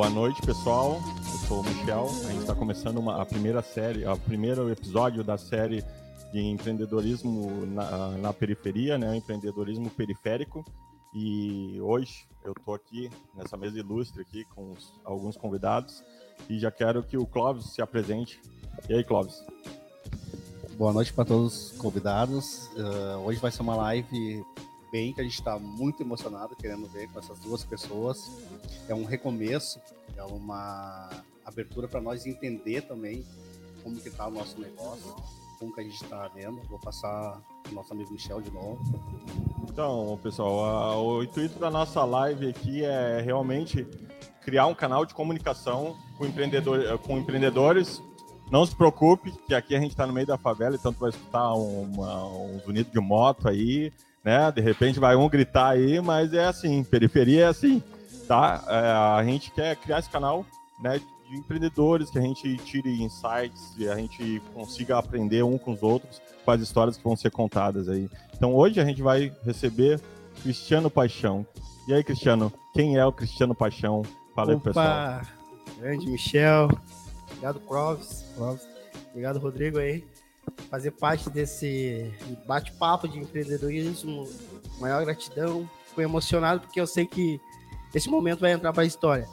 Boa noite, pessoal. Eu sou o Michel. A gente está começando o primeiro episódio da série de empreendedorismo na periferia, né? Empreendedorismo periférico. E hoje eu estou aqui nessa mesa ilustre aqui com alguns convidados e já quero que o Clóvis se apresente. E aí, Clóvis? Boa noite para todos os convidados. Hoje vai ser uma live que a gente está muito emocionado querendo ver com essas duas pessoas. É um recomeço, é uma abertura para nós entender também como que está o nosso negócio, como que a gente está vendo. Vou passar para o nosso amigo Michel de novo. Então, pessoal, o intuito da nossa live aqui é realmente criar um canal de comunicação com empreendedores. Não se preocupe, que aqui a gente está no meio da favela, então tu vai escutar uns unidos de moto aí, né? De repente vai um gritar aí, mas é assim, periferia é assim, tá? A gente quer criar esse canal, né, de empreendedores, que a gente tire insights e a gente consiga aprender um com os outros com as histórias que vão ser contadas aí. Então hoje a gente vai receber Cristiano Paixão. E aí, Cristiano, quem é o Cristiano Paixão? Fala aí, pessoal. Grande Michel, obrigado, Clóvis, obrigado, Rodrigo aí. Fazer parte desse bate-papo de empreendedorismo, maior gratidão. Fico emocionado porque eu sei que esse momento vai entrar para a história.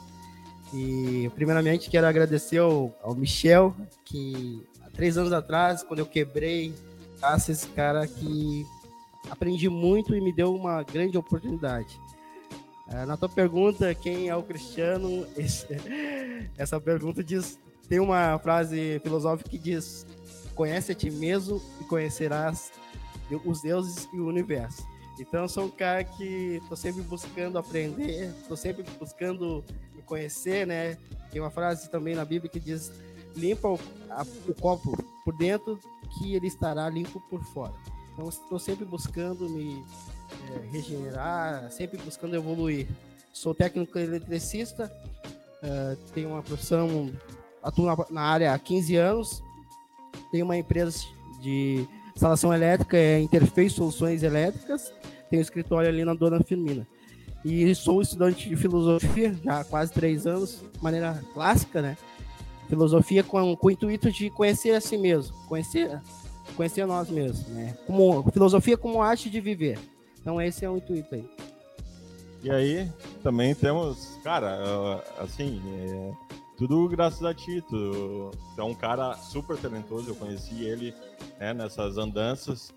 E primeiramente quero agradecer ao Michel, que há 3 anos atrás, quando eu quebrei, esse cara que aprendi muito e me deu uma grande oportunidade. Na tua pergunta, quem é o Cristiano? Essa pergunta tem uma frase filosófica que diz: conhece a ti mesmo e conhecerás os deuses e o universo. Então, eu sou um cara que estou sempre buscando aprender, estou sempre buscando me conhecer, né? Tem uma frase também na Bíblia que diz: limpa o copo por dentro, que ele estará limpo por fora. Então, estou sempre buscando me regenerar, sempre buscando evoluir. Sou técnico eletricista, tenho uma profissão, atuo na área há 15 anos, tenho uma empresa de instalação elétrica, Interface Soluções Elétricas, tenho um escritório ali na Dona Firmina. E sou estudante de filosofia já há quase 3 anos, de maneira clássica, né? Filosofia com o intuito de conhecer a si mesmo, conhecer nós mesmos, né? Filosofia como arte de viver. Então esse é o intuito aí. E aí, também temos, cara, assim, tudo graças a ti. Tu é um cara super talentoso, eu conheci ele, né, nessas andanças.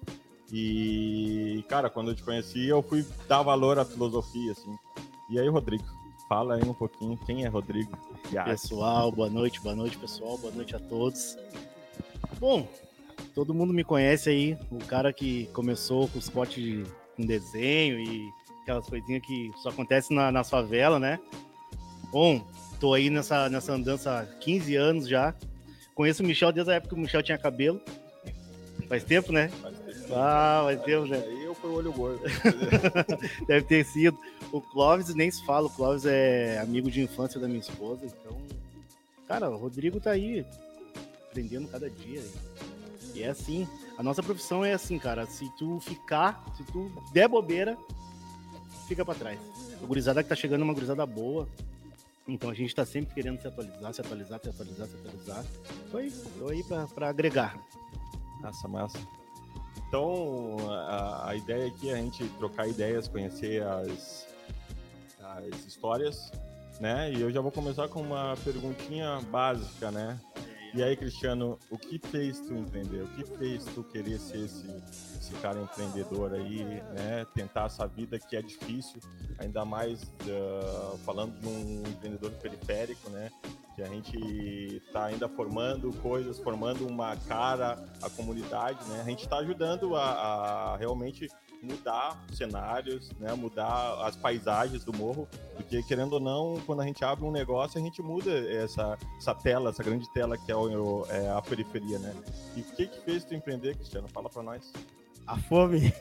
E, cara, quando eu te conheci, eu fui dar valor à filosofia, assim. E aí, Rodrigo, fala aí um pouquinho, quem é Rodrigo? Pessoal, boa noite, pessoal, boa noite a todos. Bom, todo mundo me conhece aí, o cara que começou com os potes com desenho e aquelas coisinhas que só acontecem na favela, né? Bom, tô aí nessa andança há 15 anos já. Conheço o Michel desde a época que o Michel tinha cabelo. Faz tempo, né? Faz tempo. Faz tempo, né? Aí eu fui o olho gordo. Deve ter sido. O Clóvis nem se fala, o Clóvis é amigo de infância da minha esposa, então... Cara, o Rodrigo tá aí, aprendendo cada dia. E é assim, a nossa profissão é assim, cara, se tu der bobeira, fica pra trás. A gurizada que tá chegando é uma gurizada boa, então a gente tá sempre querendo se atualizar. Tô aí pra agregar. Massa. Então, a ideia aqui é a gente trocar ideias, conhecer as histórias, né? E eu já vou começar com uma perguntinha básica, né? E aí, Cristiano, o que fez tu empreender? O que fez tu querer ser esse cara empreendedor aí, né? Tentar essa vida que é difícil, ainda mais falando de um empreendedor periférico, né? Que a gente está ainda formando coisas, formando uma cara à comunidade, né? A gente está ajudando a realmente mudar cenários, né? Mudar as paisagens do morro, porque querendo ou não, quando a gente abre um negócio, a gente muda essa tela, essa grande tela que é a periferia, né? E o que fez tu empreender, Cristiano? Fala para nós. A fome.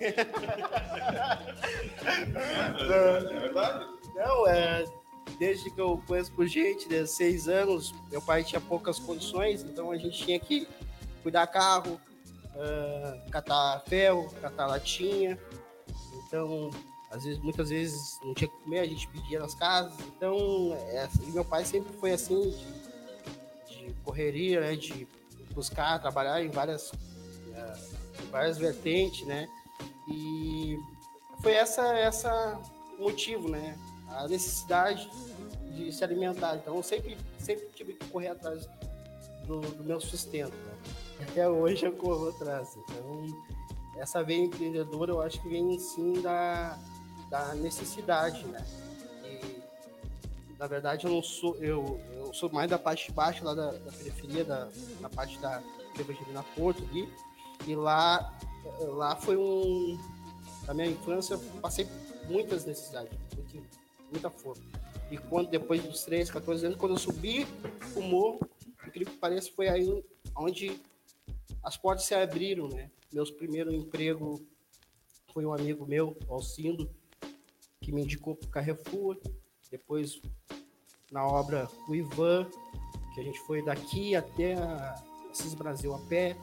É verdade? Não, desde que eu conheço por gente, 16 anos, meu pai tinha poucas condições, então a gente tinha que cuidar carro, catar ferro, catar latinha. Então Muitas vezes não tinha que comer, a gente pedia nas casas. Então, e meu pai sempre foi assim, de correria, né? De buscar, trabalhar em várias vertentes, né? E foi essa motivo, né? A necessidade de se alimentar. Então, eu sempre tive que correr atrás do meu sustento, né? Até hoje eu corro atrás. Então, essa veia empreendedora, eu acho que vem sim da necessidade, né? E, na verdade, eu sou mais da parte de baixo, lá da periferia, da parte da Evangelina Porto ali. E lá foi na minha infância, eu passei muitas necessidades, muita fome. E depois dos 13, 14 anos, quando eu subi o morro, incrível que pareça, foi aí onde as portas se abriram, né? Meus primeiros empregos foi um amigo meu, Alcindo, que me indicou para o Carrefour. Depois, na obra, o Ivan, que a gente foi daqui até Assis Brasil a pé.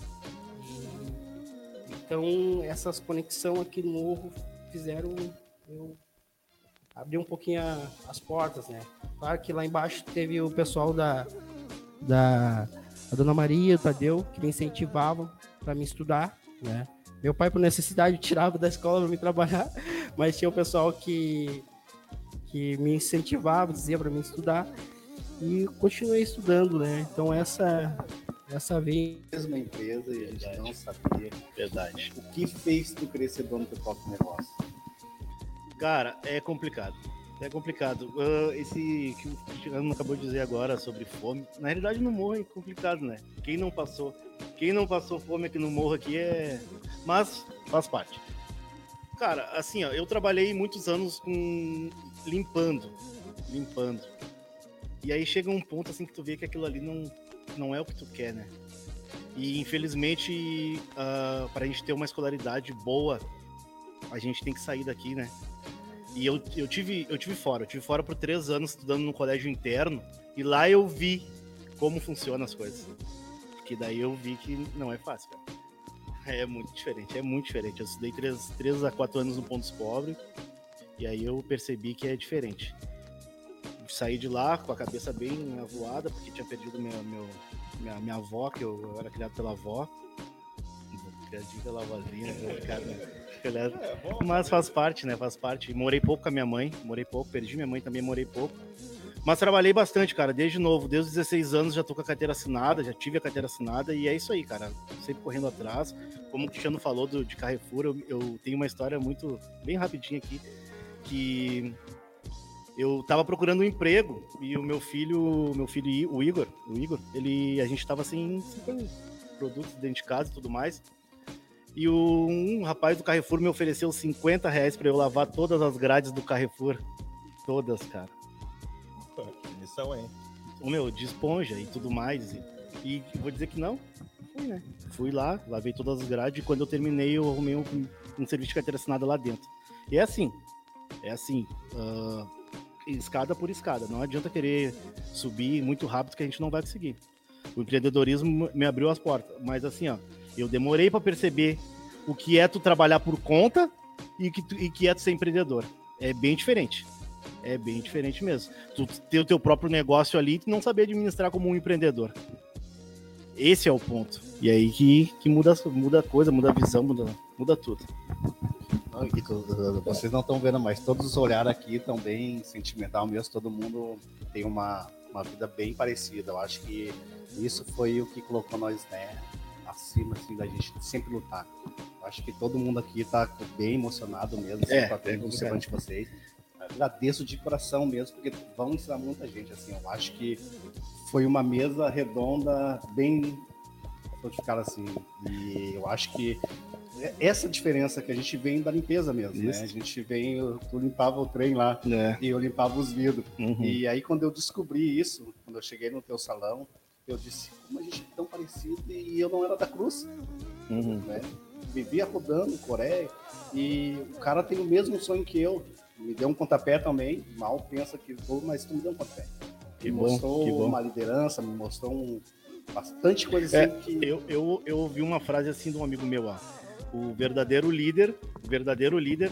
Então, essas conexões aqui no morro fizeram eu abrir um pouquinho as portas, né? Claro que lá embaixo teve o pessoal da Dona Maria, o Tadeu, que me incentivavam para me estudar, né? Meu pai, por necessidade, tirava da escola para me trabalhar, mas tinha o pessoal que me incentivava, dizia para me estudar, e continuei estudando, né? Então, essa veio... Mesma empresa e a gente não sabia. Verdade. O que fez tu crescer dono do teu próprio negócio? Cara, é complicado. É complicado. Esse que o Cristiano acabou de dizer agora sobre fome, na realidade no morro é complicado, né? Quem não passou fome aqui no morro aqui mas faz parte. Cara, assim, ó, eu trabalhei muitos anos limpando. E aí chega um ponto assim que tu vê que aquilo ali não é o que tu quer, né? E infelizmente, pra gente ter uma escolaridade boa, a gente tem que sair daqui, né? E eu tive fora por 3 anos estudando no colégio interno, e lá eu vi como funcionam as coisas. Porque daí eu vi que não é fácil, cara. É muito diferente. Eu estudei 3 a 4 anos no Pontos Pobres, e aí eu percebi que é diferente. Saí de lá com a cabeça bem avoada, porque tinha perdido minha avó, que eu era criado pela avó. Criadinho pela avózinha, né? Mas faz parte, né? Faz parte. Morei pouco com a minha mãe, perdi minha mãe também, morei pouco. Mas trabalhei bastante, cara, desde novo, desde os 16 anos já tô com a carteira assinada, já tive a carteira assinada, e é isso aí, cara, sempre correndo atrás. Como o Cristiano falou de Carrefour, eu tenho uma história bem rapidinha aqui, que eu tava procurando um emprego, e o meu filho, o Igor, a gente tava sem produtos dentro de casa e tudo mais. E um rapaz do Carrefour me ofereceu R$50 pra eu lavar todas as grades do Carrefour. Todas, cara. Que missão, hein? De esponja e tudo mais. E vou dizer que não. Fui, né? Fui lá, lavei todas as grades, e quando eu terminei, eu arrumei um serviço de carteira assinada lá dentro. E é assim. Escada por escada. Não adianta querer subir muito rápido que a gente não vai conseguir. O empreendedorismo me abriu as portas. Mas assim, ó, eu demorei para perceber o que é tu trabalhar por conta e que é tu ser empreendedor. É bem diferente. É bem diferente mesmo. Tu ter o teu próprio negócio ali e não saber administrar como um empreendedor. Esse é o ponto. E aí que muda a coisa, muda a visão, muda tudo. Vocês não estão vendo, mas todos os olhares aqui estão bem sentimental mesmo. Todo mundo tem uma vida bem parecida. Eu acho que isso foi o que colocou nós, né, acima assim, da gente sempre lutar. Eu acho que todo mundo aqui está bem emocionado mesmo com a observando de vocês. Agradeço de coração mesmo, porque vão ensinar muita gente. Assim, eu acho que foi uma mesa redonda bem fortificada assim. E eu acho que essa diferença que a gente vem da limpeza mesmo, né? A gente vem, tu limpava o trem lá, e eu limpava os vidros. E aí quando eu descobri isso, quando eu cheguei no teu salão, eu disse, como a gente é tão parecido, e eu não era da Cruz, né? Vivia rodando Coreia, e o cara tem o mesmo sonho que eu, me deu um pontapé também, mal pensa que vou, mas tu me deu um pontapé. Me mostrou uma liderança, me mostrou bastante coisa assim que... Eu ouvi uma frase assim de um amigo meu, ó. O verdadeiro líder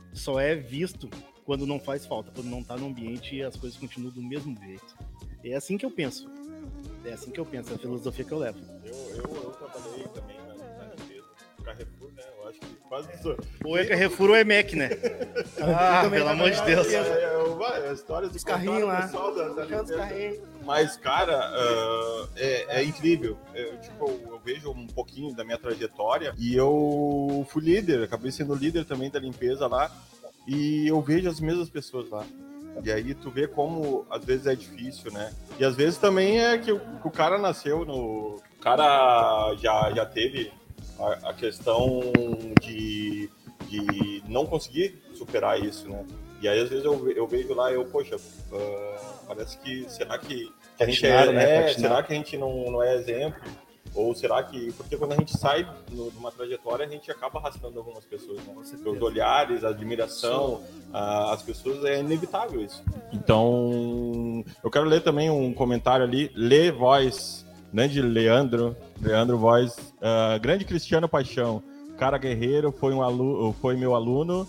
só é visto quando não faz falta, quando não tá no ambiente e as coisas continuam do mesmo jeito. É assim que eu penso. É assim que eu penso, é a filosofia que eu levo. Eu trabalhei também na limpeza do Carrefour, né? Eu acho que quase isso. Ou é Carrefour ou é Mac, né? Ah, pelo amor de Deus. Histórias Os carrinhos lá. Da Os carrinhos. Mas, cara, é incrível. Eu vejo um pouquinho da minha trajetória e eu fui líder, acabei sendo líder também da limpeza lá e eu vejo as mesmas pessoas lá. E aí tu vê como às vezes é difícil, né? E às vezes também é que o cara nasceu no... O cara já teve a questão de não conseguir superar isso, né? E aí às vezes eu vejo lá, poxa, parece que será que a gente será que a gente não é exemplo? Ou será que... Porque quando a gente sai de uma trajetória, a gente acaba arrastando algumas pessoas, né? Os olhares, a admiração, as pessoas, é inevitável isso. Então, eu quero ler também um comentário ali, Lê Voz, né, de Leandro Voz, grande Cristiano Paixão, cara guerreiro, foi meu aluno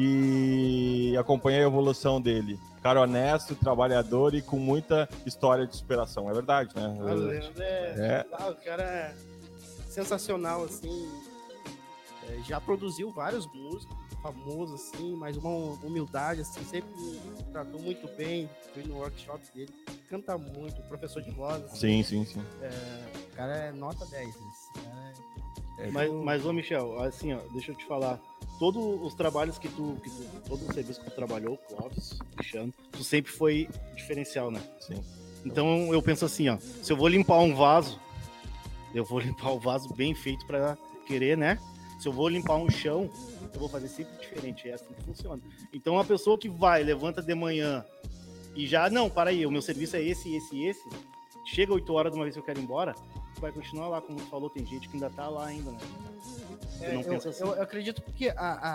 e acompanhei a evolução dele. Cara honesto, trabalhador e com muita história de superação. É verdade, né? O cara é sensacional, assim. Já produziu vários músicos famosos, assim, mas uma humildade, assim, sempre me tratou muito bem. Fui no workshop dele, canta muito, professor de voz. Assim. Sim. O cara é nota 10. Mas, ô Michel, assim, ó, deixa eu te falar. Todos os trabalhos todo o serviço que tu trabalhou, Clóvis, Cristiano, tu sempre foi diferencial, né? Sim. Então eu penso assim, ó, se eu vou limpar um vaso, eu vou limpar o vaso bem feito pra querer, né? Se eu vou limpar um chão, eu vou fazer sempre diferente, é assim que funciona. Então a pessoa que levanta de manhã e já, não, para aí, o meu serviço é esse, chega 8 horas de uma vez que eu quero ir embora, vai continuar lá, como tu falou, tem gente que ainda tá lá ainda, né? Eu acredito que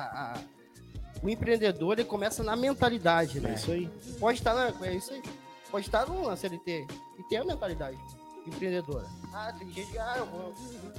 o empreendedor, ele começa na mentalidade, né? É isso aí. Pode estar pode estar na CLT e ter a mentalidade empreendedora. Tem gente que eu vou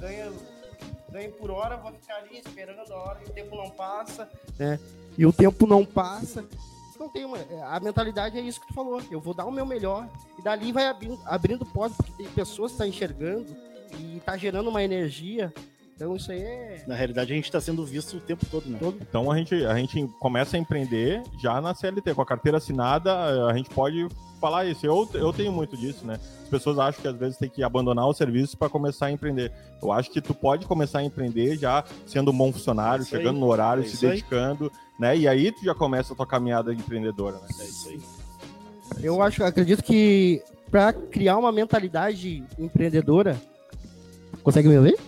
ganho por hora, vou ficar ali esperando a hora e o tempo não passa, né? E o tempo não passa. Não tem a mentalidade é isso que tu falou. Eu vou dar o meu melhor e dali vai abrindo portas, porque tem pessoas que estão enxergando e tá gerando uma energia. Então isso aí é... Na realidade a gente está sendo visto o tempo todo, né? Então a gente começa a empreender já na CLT. Com a carteira assinada, a gente pode falar isso. Eu tenho muito disso, né? As pessoas acham que às vezes tem que abandonar o serviço para começar a empreender. Eu acho que tu pode começar a empreender já sendo um bom funcionário, chegando no horário, se dedicando, né? E aí tu já começa a tua caminhada empreendedora, né? É isso aí. Acredito que para criar uma mentalidade empreendedora... Consegue me ouvir?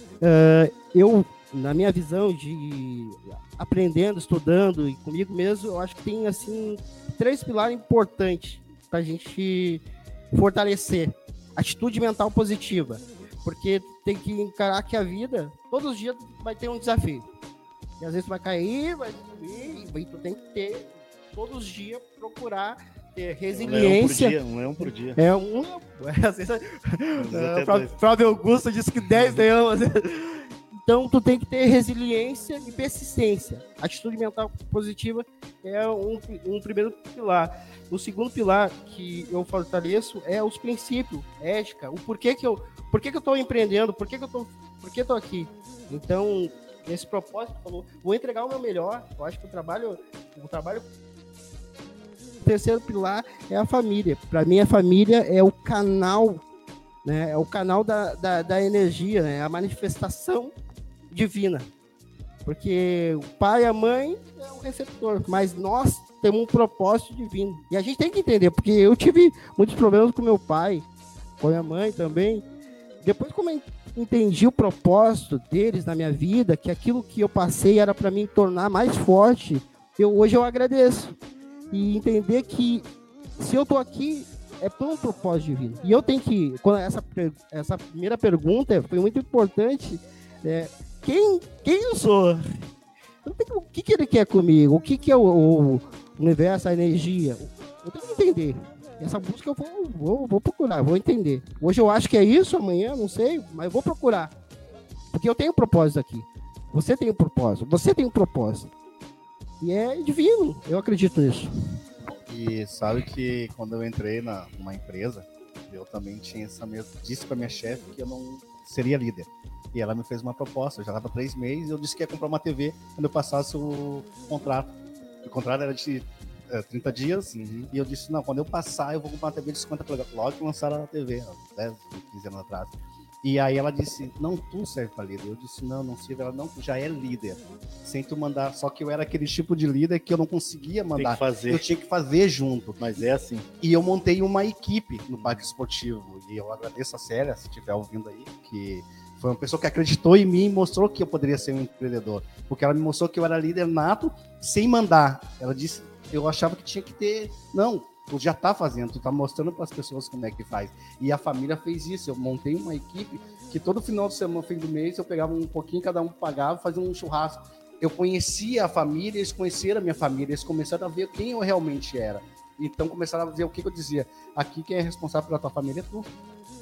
Na minha visão de aprendendo, estudando e comigo mesmo, eu acho que tem assim 3 pilares importantes para a gente fortalecer. Atitude mental positiva, porque tem que encarar que a vida, todos os dias vai ter um desafio. E às vezes vai cair, vai subir, e tu tem que ter, todos os dias, procurar ter resiliência. Um leão por dia. Às vezes, o Flávio Augusto disse que 10 leões. Então, tu tem que ter resiliência e persistência. Atitude mental positiva é um primeiro pilar. O segundo pilar que eu fortaleço é os princípios, ética, o porquê que eu estou empreendendo, por que eu estou aqui. Então, esse propósito, falou, vou entregar o meu melhor. Eu acho que o trabalho. O terceiro pilar é a família. Para mim, a família é o canal, né? É o canal da energia, né? A manifestação divina. Porque o pai e a mãe é o receptor, mas nós temos um propósito divino. E a gente tem que entender, porque eu tive muitos problemas com meu pai, com a minha mãe também. Depois, como eu entendi o propósito deles na minha vida, que aquilo que eu passei era para me tornar mais forte, hoje eu agradeço. E entender que se eu tô aqui, é por um propósito divino. E eu tenho que... Quando essa primeira pergunta foi muito importante, né? Quem eu sou? O que ele quer comigo? O que é o universo, a energia? Eu tenho que entender. Essa busca eu vou procurar, vou entender. Hoje eu acho que é isso, amanhã não sei, mas eu vou procurar. Porque eu tenho um propósito aqui. Você tem um propósito. E é divino, eu acredito nisso. E sabe que quando eu entrei numa empresa, eu também tinha essa mesma. Disse pra minha chefe que eu não seria líder. E ela me fez uma proposta, eu já estava 3 meses, e eu disse que ia comprar uma TV quando eu passasse o contrato. O contrato era de 30 dias, e eu disse, não, quando eu passar, eu vou comprar uma TV de 50 polegadas. Logo que lançaram a TV, 10, 15 anos atrás. E aí ela disse, não, tu serve para líder. Eu disse, não sirvo. Ela, não, tu já é líder, sem tu mandar. Só que eu era aquele tipo de líder que eu não conseguia mandar. Tem que fazer. Eu tinha que fazer junto. Mas é assim. E eu montei uma equipe no Parque Esportivo. E eu agradeço a Célia, se estiver ouvindo aí, que foi uma pessoa que acreditou em mim e mostrou que eu poderia ser um empreendedor. Porque ela me mostrou que eu era líder nato, sem mandar. Ela disse, eu achava que tinha que ter... Não, tu já tá fazendo, tu tá mostrando para as pessoas como é que faz. E a família fez isso. Eu montei uma equipe que todo final de semana, fim do mês, eu pegava um pouquinho, cada um pagava, fazia um churrasco. Eu conhecia a família, eles conheceram a minha família, eles começaram a ver quem eu realmente era. Então começaram a ver o que eu dizia. Aqui quem é responsável pela tua família é tu.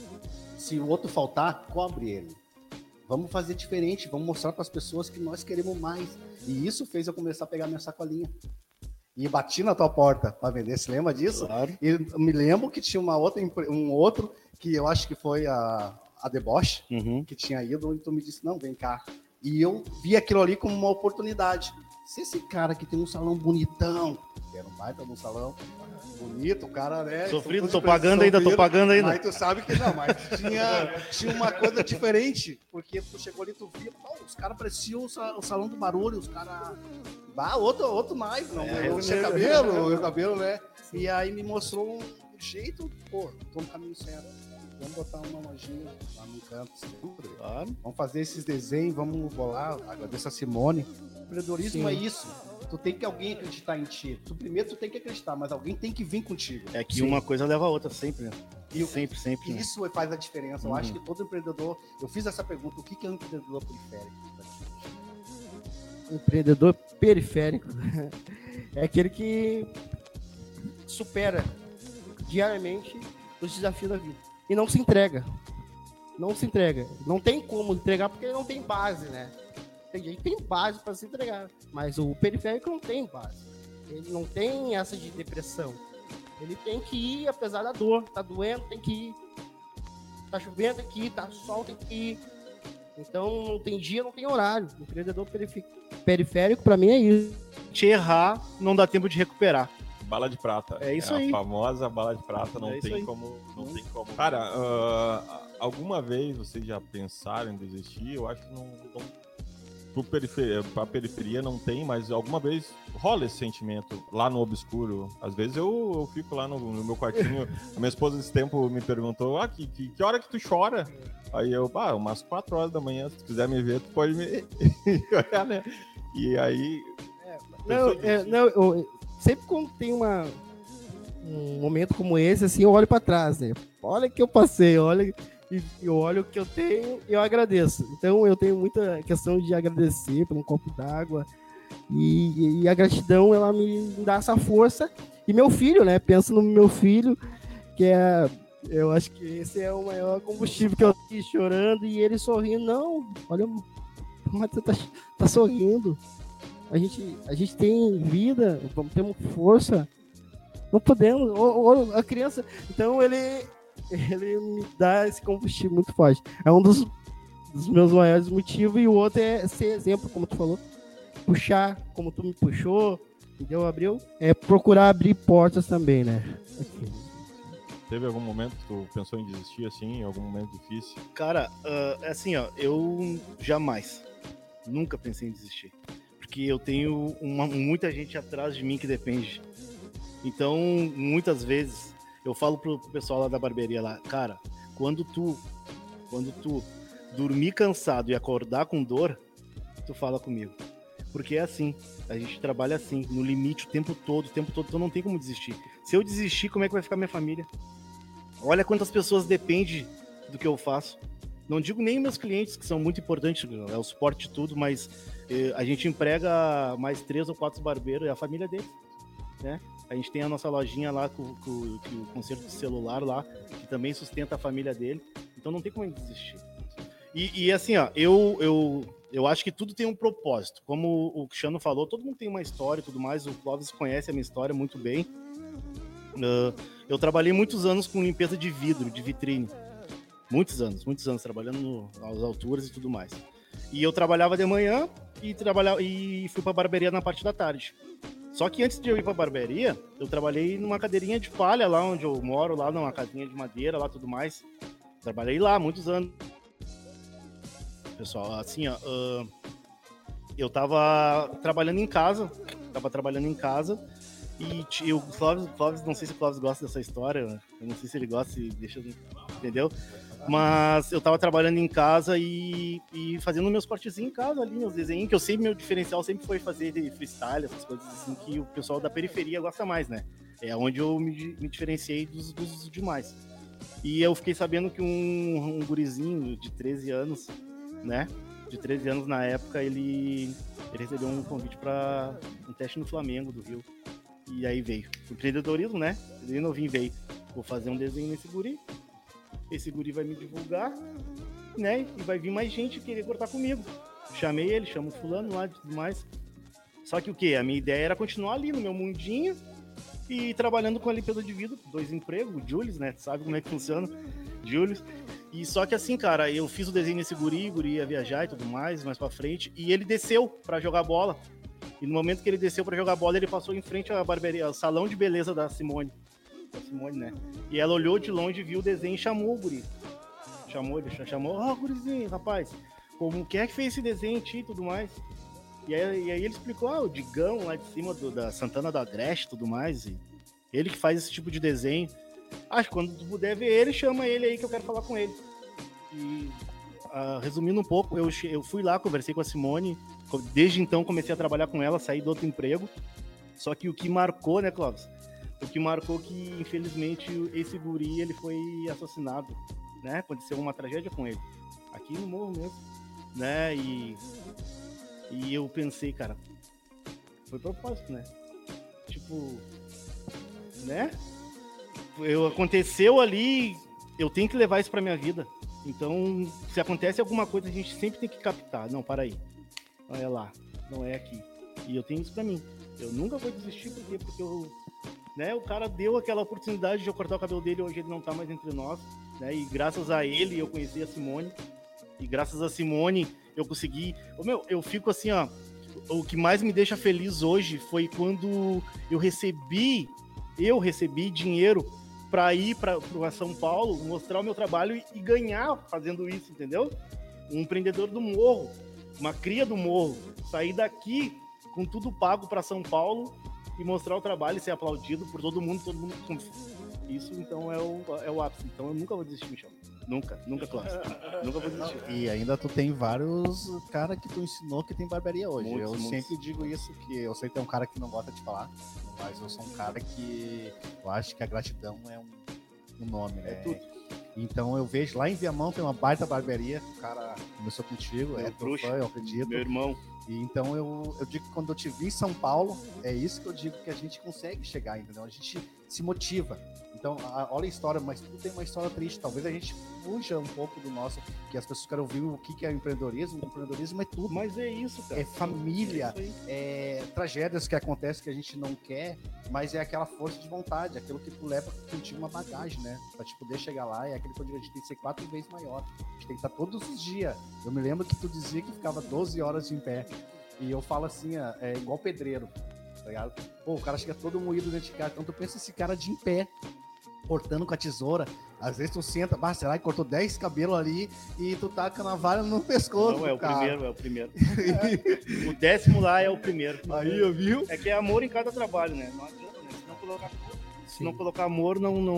Se o outro faltar, cobre ele. Vamos fazer diferente, vamos mostrar para as pessoas que nós queremos mais. E isso fez eu começar a pegar minha sacolinha. E bati na tua porta para vender, se lembra disso? Claro. E eu me lembro que tinha um outro, que eu acho que foi a Deboche, que tinha ido, e tu me disse, não, vem cá. E eu vi aquilo ali como uma oportunidade. Se esse cara que tem um salão bonitão, que era um baita de um salão, bonito, o cara, né? Sofrido, tô pagando ainda. Mas tu sabe que não, mas tinha uma coisa diferente, porque tu chegou ali, tu via, os caras pareciam o Salão do Barulho, os caras... outro mais, não, eu tinha cabelo, né? E aí me mostrou um jeito, pô, tô no caminho certo. Vamos botar uma lojinha lá no canto, claro. Vamos fazer esses desenhos, vamos bolar. Agradeço a Simone. O empreendedorismo é isso. Tu tem que alguém acreditar em ti. Primeiro tu tem que acreditar, mas alguém tem que vir contigo. É que uma coisa leva a outra, sempre, né? Sempre. E isso faz a diferença. Eu acho que todo empreendedor... Eu fiz essa pergunta, o que é um empreendedor periférico? Um empreendedor periférico é aquele que supera diariamente os desafios da vida. E não se entrega. Não tem como entregar porque ele não tem base, né? Tem gente que tem base para se entregar, mas o periférico não tem base. Ele não tem essa de depressão. Ele tem que ir, apesar da dor. Tá doendo, tem que ir. Tá chovendo, tem que ir. Tá sol, tem que ir. Então, não tem dia, não tem horário. O empreendedor periférico, para mim, é isso. Te errar, não dá tempo de recuperar. Bala de prata. É isso aí. A famosa bala de prata, não tem como. Cara, alguma vez vocês já pensaram em desistir? Eu acho que não pra periferia não tem, mas alguma vez rola esse sentimento lá no obscuro. Às vezes eu fico lá no meu quartinho. A minha esposa esse tempo me perguntou, que hora que tu chora? Aí eu, umas 4 horas da manhã, se tu quiser me ver, tu pode me olhar, né? E aí... Sempre quando tem um momento como esse, assim, eu olho para trás, né? Olha o que eu passei, eu olho o que eu tenho e eu agradeço. Então eu tenho muita questão de agradecer por um copo d'água e a gratidão, ela me dá essa força. E meu filho, né? Penso no meu filho, que eu acho que esse é o maior combustível que eu estou chorando e ele sorrindo. Não, olha, mas você tá sorrindo. A gente tem vida, temos força. Não podemos. A criança. Então ele me dá esse combustível muito forte. É um dos meus maiores motivos. E o outro é ser exemplo, como tu falou. Puxar, como tu me puxou, entendeu? Abriu. É procurar abrir portas também, né? Aqui. Teve algum momento que tu pensou em desistir, assim? Algum momento difícil? Cara, assim, ó. Eu jamais, nunca pensei em desistir. Porque eu tenho muita gente atrás de mim que depende. Então, muitas vezes, eu falo pro pessoal lá da barbearia lá, cara, quando tu dormir cansado e acordar com dor, tu fala comigo. Porque é assim, a gente trabalha assim, no limite o tempo todo, então não tem como desistir. Se eu desistir, como é que vai ficar minha família? Olha quantas pessoas dependem do que eu faço. Não digo nem meus clientes, que são muito importantes, é o suporte de tudo, mas a gente emprega mais 3 ou 4 barbeiros, é a família deles, né? A gente tem a nossa lojinha lá com o conserto de celular lá, que também sustenta a família dele. Então não tem como ele desistir. E assim, ó, eu acho que tudo tem um propósito. Como o Cristiano falou, todo mundo tem uma história e tudo mais. O Clóvis conhece a minha história muito bem. Eu trabalhei muitos anos com limpeza de vidro, de vitrine. Muitos anos trabalhando nas alturas e tudo mais. E eu trabalhava de manhã e fui pra barbearia na parte da tarde. Só que antes de eu ir pra barbearia, eu trabalhei numa cadeirinha de palha lá onde eu moro, lá numa casinha de madeira, lá tudo mais. Trabalhei lá muitos anos. Pessoal, assim, ó, eu tava trabalhando em casa e o Clóvis, não sei se o Clóvis gosta dessa história, eu não sei se ele gosta, se deixa, entendeu? Mas eu tava trabalhando em casa e fazendo meus cortezinhos em casa ali, meus desenhos, que eu sempre, meu diferencial sempre foi fazer de freestyle, essas coisas assim que o pessoal da periferia gosta mais, né? É onde eu me diferenciei dos demais. E eu fiquei sabendo que um gurizinho de 13 anos, né? De 13 anos na época, ele recebeu um convite para um teste no Flamengo do Rio. E aí veio. Empreendedorismo, né? Ele novinho veio. Vou fazer um desenho nesse guri. Esse guri vai me divulgar, né? E vai vir mais gente querer cortar comigo. Chamei ele, chamo o fulano lá e tudo mais. Só que o quê? A minha ideia era continuar ali no meu mundinho e trabalhando com a limpeza de vidro. 2 empregos, o Julius, né? Sabe como é que funciona? Julius. E só que assim, cara, eu fiz o desenho nesse guri ia viajar e tudo mais pra frente. E ele desceu pra jogar bola. E no momento que ele desceu pra jogar bola, ele passou em frente à barbearia, ao salão de beleza da Simone. Né? E ela olhou de longe, viu o desenho e chamou o guri. Chamou, gurizinho, rapaz, como que é que fez esse desenho em ti e tudo mais? E aí ele explicou, o Digão lá de cima da Santana do Agreste e tudo mais. E ele que faz esse tipo de desenho. Acho que quando tu puder ver ele, chama ele aí que eu quero falar com ele. E resumindo um pouco, eu fui lá, conversei com a Simone. Desde então comecei a trabalhar com ela, saí do outro emprego. Só que o que marcou, né, Clóvis? O que marcou que, infelizmente, esse guri, ele foi assassinado, né? Aconteceu uma tragédia com ele, aqui no morro mesmo, né? E eu pensei, cara, foi propósito, né? Tipo, né? Aconteceu ali, eu tenho que levar isso pra minha vida. Então, se acontece alguma coisa, a gente sempre tem que captar. Não, para aí. Não é lá, não é aqui. E eu tenho isso pra mim. Eu nunca vou desistir, porque né, o cara deu aquela oportunidade de eu cortar o cabelo dele, hoje ele não tá mais entre nós, né? E graças a ele eu conheci a Simone. E graças a Simone eu consegui... eu fico assim, ó... O que mais me deixa feliz hoje foi quando eu recebi dinheiro para ir para São Paulo, mostrar o meu trabalho e ganhar fazendo isso, entendeu? Um empreendedor do morro, uma cria do morro, sair daqui com tudo pago para São Paulo e mostrar o trabalho e ser aplaudido por todo mundo. Isso, então, é o ápice. Então, eu nunca vou desistir, Michel. Nunca, Clóvis. Nunca vou desistir. E ainda tu tem vários caras que tu ensinou que tem barbearia hoje. Muitos. Sempre digo isso, que eu sei que tem um cara que não gosta de falar, mas eu sou um cara que eu acho que a gratidão é um nome, né? É tudo. Então eu vejo lá em Viamão tem uma baita barbearia, o cara começou contigo, é teu fã, eu acredito. Meu irmão. E então eu digo que quando eu te vi em São Paulo, é isso que eu digo que a gente consegue chegar, entendeu? A gente se motiva. Então, olha a história, mas tudo tem uma história triste. Talvez a gente fuja um pouco do nosso, que as pessoas querem ouvir o que é empreendedorismo. O empreendedorismo é tudo. Mas é isso, cara. É família, é tragédias que acontecem que a gente não quer, mas é aquela força de vontade, aquilo que tu leva contigo uma bagagem, né? Pra te poder chegar lá, é aquele que a gente tem que ser 4 vezes maior. A gente tem que estar todos os dias. Eu me lembro que tu dizia que ficava 12 horas em pé. E eu falo assim, é igual pedreiro, tá ligado? Pô, o cara chega todo moído dentro de casa, então tu pensa esse cara de em pé, cortando com a tesoura, às vezes tu senta, será que cortou 10 cabelos ali e tu taca na vara no pescoço? Não, é o primeiro. O 10º lá é o primeiro. Aí, viu? É que é amor em cada trabalho, né? Não adianta, né? Se não colocar amor,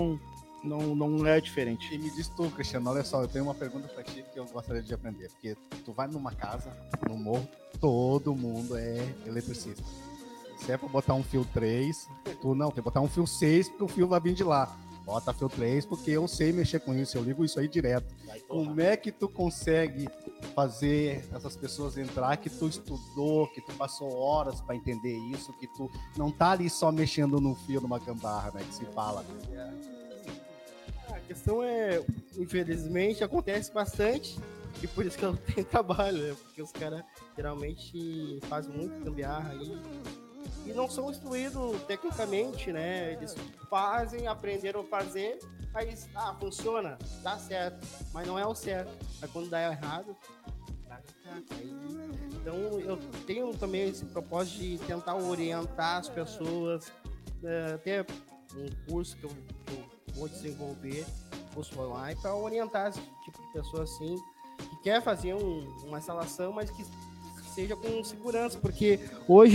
não é diferente. E me diz tu, Cristiano, olha só, eu tenho uma pergunta pra ti que eu gostaria de aprender, porque tu vai numa casa, no morro, todo mundo é eletricista. Se é pra botar um fio 3, tu não, tem que botar um fio 6, porque o fio vai vir de lá. Bota fio 3, porque eu sei mexer com isso, eu ligo isso aí direto. Como é que tu consegue fazer essas pessoas entrar, que tu estudou, que tu passou horas para entender isso, que tu não tá ali só mexendo no fio numa gambarra, né, que se fala. A questão é, infelizmente, acontece bastante, E por isso que eu não tenho trabalho, né? Porque os caras geralmente fazem muito gambiarra aí. E não são instruídos tecnicamente, né? Eles fazem, aprenderam a fazer, aí funciona, dá certo. Mas não é o certo. Aí quando dá errado, então eu tenho também esse propósito de tentar orientar as pessoas, até um curso que eu vou desenvolver, curso online, para orientar esse tipo de pessoa assim, que quer fazer uma instalação, mas que seja com segurança, porque hoje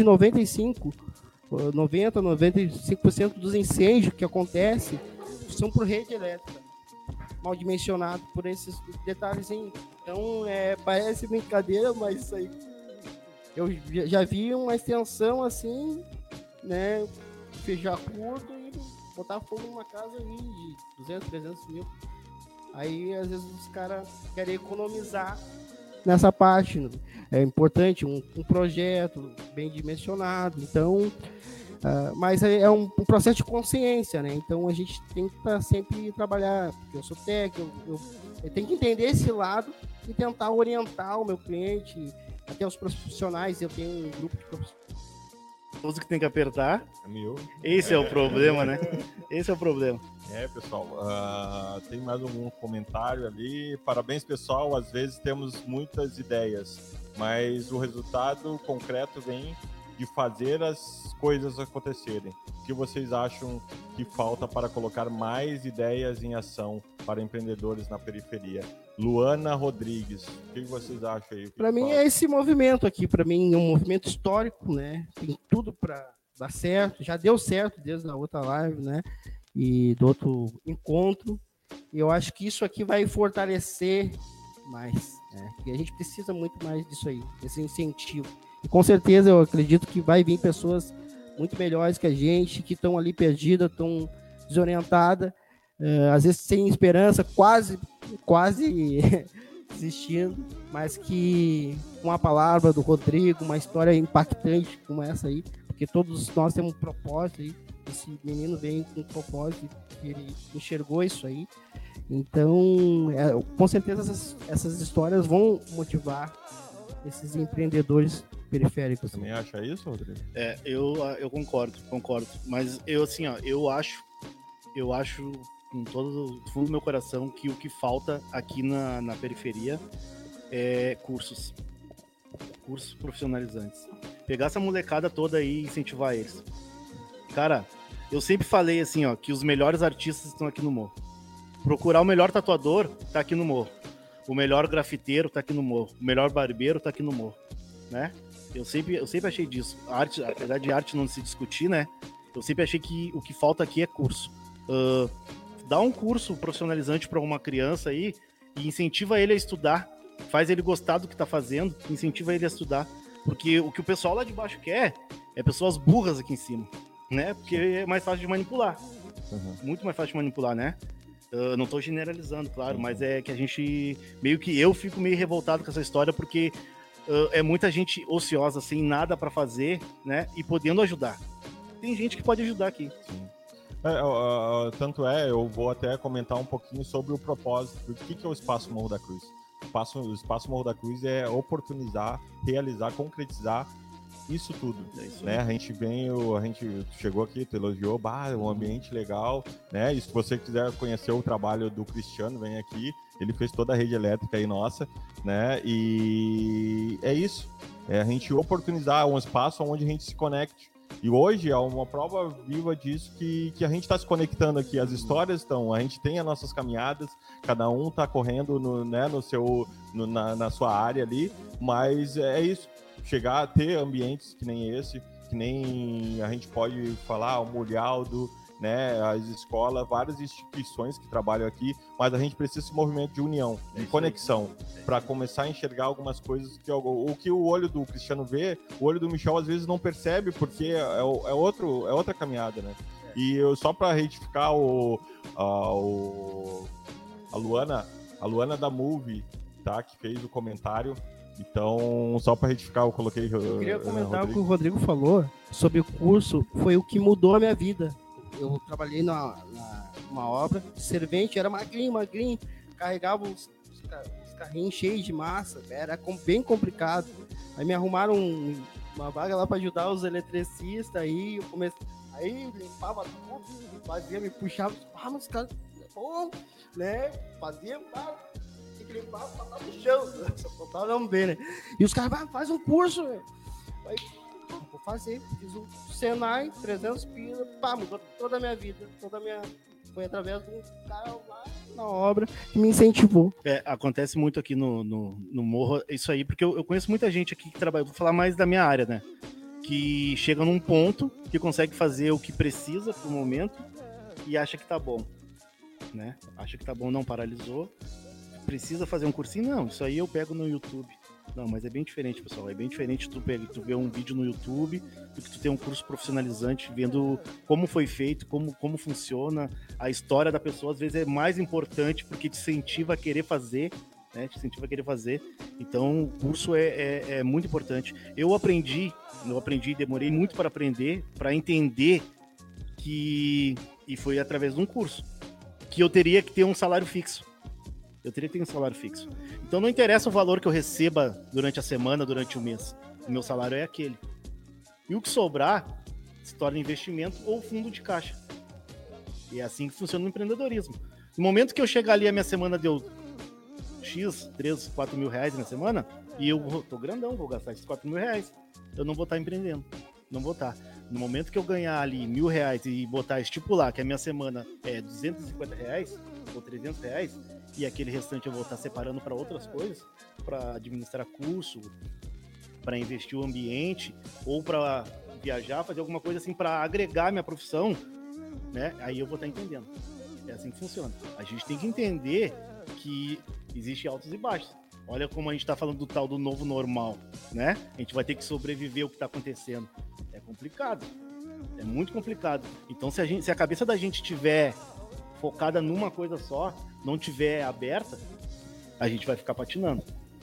95% dos incêndios que acontecem são por rede elétrica, mal dimensionado por esses detalhes. Então, parece brincadeira, mas isso aí eu já vi uma extensão assim, né, fechar curto e botar fogo numa casa aí de 200, 300 mil. Aí, às vezes, os caras querem economizar nessa parte. É importante um projeto bem dimensionado. Então, mas é um processo de consciência, né? Então, a gente tem que sempre trabalhar, porque eu sou técnico, eu tenho que entender esse lado e tentar orientar o meu cliente, até os profissionais. Eu tenho um grupo de profissionais que tem que apertar. É meu. Esse é o problema, né? Esse é o problema. Pessoal, tem mais algum comentário ali? Parabéns, pessoal. Às vezes temos muitas ideias, mas o resultado concreto vem de fazer as coisas acontecerem. O que vocês acham que falta para colocar mais ideias em ação para empreendedores na periferia? Luana Rodrigues, o que vocês acham aí? Para mim é esse movimento aqui, para mim é um movimento histórico, né? Tem tudo para dar certo, já deu certo desde a outra live, né? E do outro encontro. E eu acho que isso aqui vai fortalecer mais, né? E a gente precisa muito mais disso aí, desse incentivo. E com certeza eu acredito que vai vir pessoas muito melhores que a gente, que estão ali perdidas, estão desorientadas, às vezes sem esperança, quase desistindo, mas que com a palavra do Rodrigo, uma história impactante como essa aí, porque todos nós temos um propósito aí, esse menino vem com um propósito, ele enxergou isso aí, então com certeza essas histórias vão motivar esses empreendedores periféricos. Você também acha isso, Rodrigo? Eu concordo, mas eu acho com todo o fundo do meu coração que o que falta aqui na periferia é cursos profissionalizantes. Pegar essa molecada toda aí e incentivar eles. Cara, eu sempre falei assim, ó, que os melhores artistas estão aqui no Morro. Procurar o melhor tatuador tá aqui no Morro. O melhor grafiteiro tá aqui no Morro. O melhor barbeiro tá aqui no Morro, né? Eu sempre achei disso. A arte, apesar de arte não se discutir, né? Eu sempre achei que o que falta aqui é curso. Dá um curso profissionalizante para uma criança aí e incentiva ele a estudar. Faz ele gostar do que tá fazendo, incentiva ele a estudar. Porque o que o pessoal lá de baixo quer é pessoas burras aqui em cima, né? Porque é mais fácil de manipular. Uhum. Muito mais fácil de manipular, né? Não tô generalizando, claro, mas é que a gente... eu fico meio revoltado com essa história, porque é muita gente ociosa, sem nada para fazer, né? E podendo ajudar. Tem gente que pode ajudar aqui. Sim. Tanto eu vou até comentar um pouquinho sobre o propósito. O que é o Espaço Morro da Cruz? O Espaço Morro da Cruz é oportunizar, realizar, concretizar isso tudo, né? A gente chegou aqui, tu elogiou, um ambiente legal, né? E se você quiser conhecer o trabalho do Cristiano, vem aqui, ele fez toda a rede elétrica aí nossa, né? E é isso, a gente oportunizar um espaço onde a gente se conecte. E hoje é uma prova viva disso que a gente está se conectando aqui, as histórias estão, a gente tem as nossas caminhadas, cada um está correndo na sua área ali, mas é isso. Chegar a ter ambientes que nem esse, que nem a gente pode falar, o Mulhaldo, né, as escolas, várias instituições que trabalham aqui, mas a gente precisa desse movimento de união, de conexão, para começar a enxergar algumas coisas que o que o olho do Cristiano vê, o olho do Michel às vezes não percebe, porque é outra caminhada, né? E só para retificar a Luana da Movie, tá, que fez o comentário. Então, só para retificar, eu coloquei... Eu queria comentar o que o Rodrigo falou sobre o curso, foi o que mudou a minha vida. Eu trabalhei numa obra, servente, era magrinho, carregava os carrinhos cheios de massa, era bem complicado. Aí me arrumaram uma vaga lá para ajudar os eletricistas, aí eu comecei, aí limpava tudo, fazia, me puxava, mas os caras, bom, né, fazia, tinha que limpar, passava no chão, só faltava não ver, né, e os caras, faz um curso, velho. Aí, vou fazer, fiz o Senai, 300 pila, mudou toda a minha vida, foi através de um cara lá na obra que me incentivou. Acontece muito aqui no Morro, isso aí, porque eu conheço muita gente aqui que trabalha, vou falar mais da minha área, né? Que chega num ponto que consegue fazer o que precisa pro momento e acha que tá bom, né? Acha que tá bom, não paralisou. Precisa fazer um cursinho? Não, isso aí eu pego no YouTube. Não, mas é bem diferente, pessoal. É bem diferente tu ver um vídeo no YouTube do que tu ter um curso profissionalizante vendo como foi feito, como funciona, a história da pessoa. Às vezes é mais importante porque te incentiva a querer fazer, né? Te incentiva a querer fazer. Então, o curso é muito importante. Eu aprendi, demorei muito para aprender, para entender que, e foi através de um curso, que eu teria que ter um salário fixo. Então não interessa o valor que eu receba durante a semana, durante o mês. O meu salário é aquele. E o que sobrar se torna investimento ou fundo de caixa. E é assim que funciona o empreendedorismo. No momento que eu chegar ali, a minha semana deu X, 3, 4 mil reais na semana, e eu tô grandão, vou gastar esses 4 mil reais. Eu não vou estar empreendendo. Não vou estar. No momento que eu ganhar ali R$1.000 e botar, estipular que a minha semana é R$250 ou R$300, e aquele restante eu vou estar separando para outras coisas, para administrar curso, para investir o ambiente, ou para viajar, fazer alguma coisa assim para agregar minha profissão, né? Aí eu vou estar entendendo. É assim que funciona. A gente tem que entender que existe altos e baixos. Olha como a gente está falando do tal do novo normal, né? A gente vai ter que sobreviver ao que está acontecendo. É complicado. É muito complicado. Então, se a cabeça da gente tiver focada numa coisa só, não tiver aberta, a gente vai ficar patinando.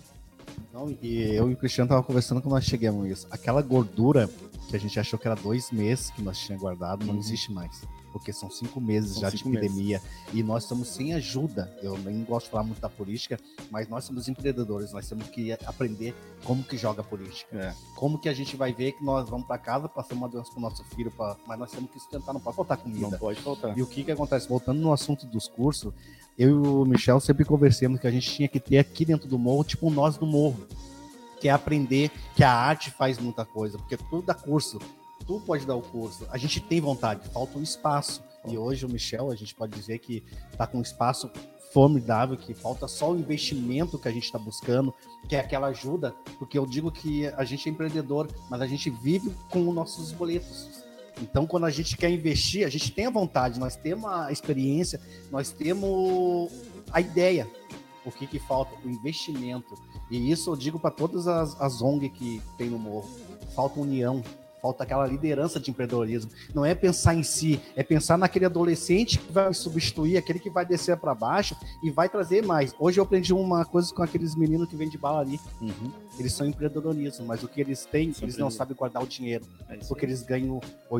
Não, e eu e o Cristiano tava conversando quando nós chegamos isso. Aquela gordura que a gente achou que era 2 meses que nós tínhamos guardado, não existe mais. Porque são 5 meses já de epidemia e nós estamos sem ajuda. Eu nem gosto de falar muito da política, mas nós somos empreendedores, nós temos que aprender como que joga a política. Como que a gente vai ver que nós vamos para casa, passamos uma doença pro nosso filho, mas nós temos que sustentar, não pode faltar comida. Não pode faltar. E o que acontece? Voltando no assunto dos cursos, eu e o Michel sempre conversamos que a gente tinha que ter aqui dentro do morro, tipo um nós do morro, que é aprender que a arte faz muita coisa, porque tudo dá curso. Tu pode dar o curso, a gente tem vontade, falta um espaço. E hoje o Michel, a gente pode dizer que está com um espaço formidável, que falta só o investimento que a gente está buscando, que é aquela ajuda, porque eu digo que a gente é empreendedor, mas a gente vive com os nossos boletos. Então, quando a gente quer investir, a gente tem a vontade, nós temos a experiência, nós temos a ideia. O que falta? O investimento. E isso eu digo para todas as ONG que tem no morro. Falta união. Falta aquela liderança de empreendedorismo. Não é pensar em si, é pensar naquele adolescente que vai substituir, aquele que vai descer para baixo e vai trazer mais. Hoje eu aprendi uma coisa com aqueles meninos que vendem bala ali. Eles são empreendedorismo, mas o que eles têm, eles não sabem guardar o dinheiro. Porque eles ganham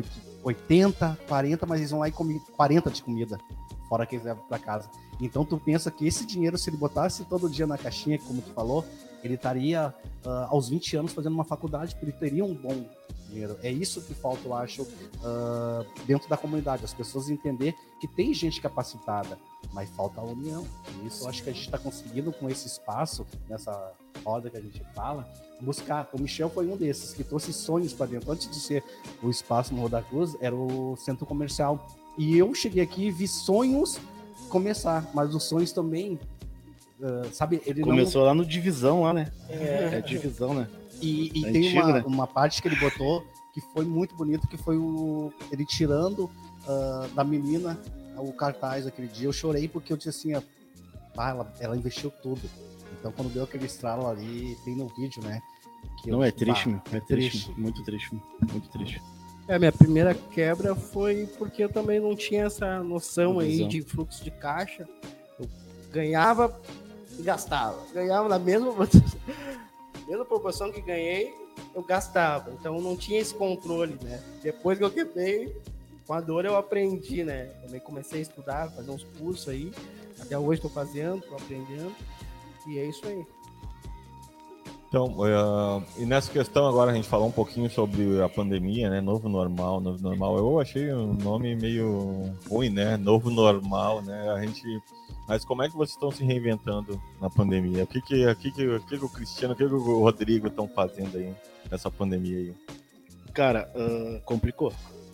80, 40, mas eles vão lá e comem 40 de comida, fora que eles levam para casa. Então tu pensa que esse dinheiro, se ele botasse todo dia na caixinha, como tu falou, ele estaria aos 20 anos fazendo uma faculdade, porque ele teria um bom dinheiro. É isso que falta, eu acho, dentro da comunidade. As pessoas entender que tem gente capacitada, mas falta a união. E isso eu acho que a gente está conseguindo com esse espaço, nessa roda que a gente fala, buscar. O Michel foi um desses que trouxe sonhos para dentro. Antes de ser o espaço no Roda Cruz, era o centro comercial. E eu cheguei aqui e vi sonhos começar, mas os sonhos também... sabe, ele começou lá no Divisão, lá, né? Divisão, né? E tem uma parte que ele botou que foi muito bonito, que foi ele tirando da menina o cartaz aquele dia. Eu chorei porque eu disse assim, ela investiu tudo. Então quando deu aquele estralo ali, tem no vídeo, né? Não, é triste, meu. É triste. Muito triste, muito triste. Minha primeira quebra foi porque eu também não tinha essa noção aí de fluxo de caixa. Eu ganhava e gastava. Ganhava na mesma proporção que ganhei, eu gastava. Então não tinha esse controle, né? Depois que eu quebrei, com a dor eu aprendi, né? Também comecei a estudar, fazer uns cursos aí. Até hoje estou fazendo, estou aprendendo. E é isso aí. Então, e nessa questão agora a gente falou um pouquinho sobre a pandemia, né? Novo normal. Eu achei um nome meio ruim, né? Novo normal, né? Mas como é que vocês estão se reinventando na pandemia? O que o Cristiano, o que o Rodrigo estão fazendo aí nessa pandemia aí? Cara, complicou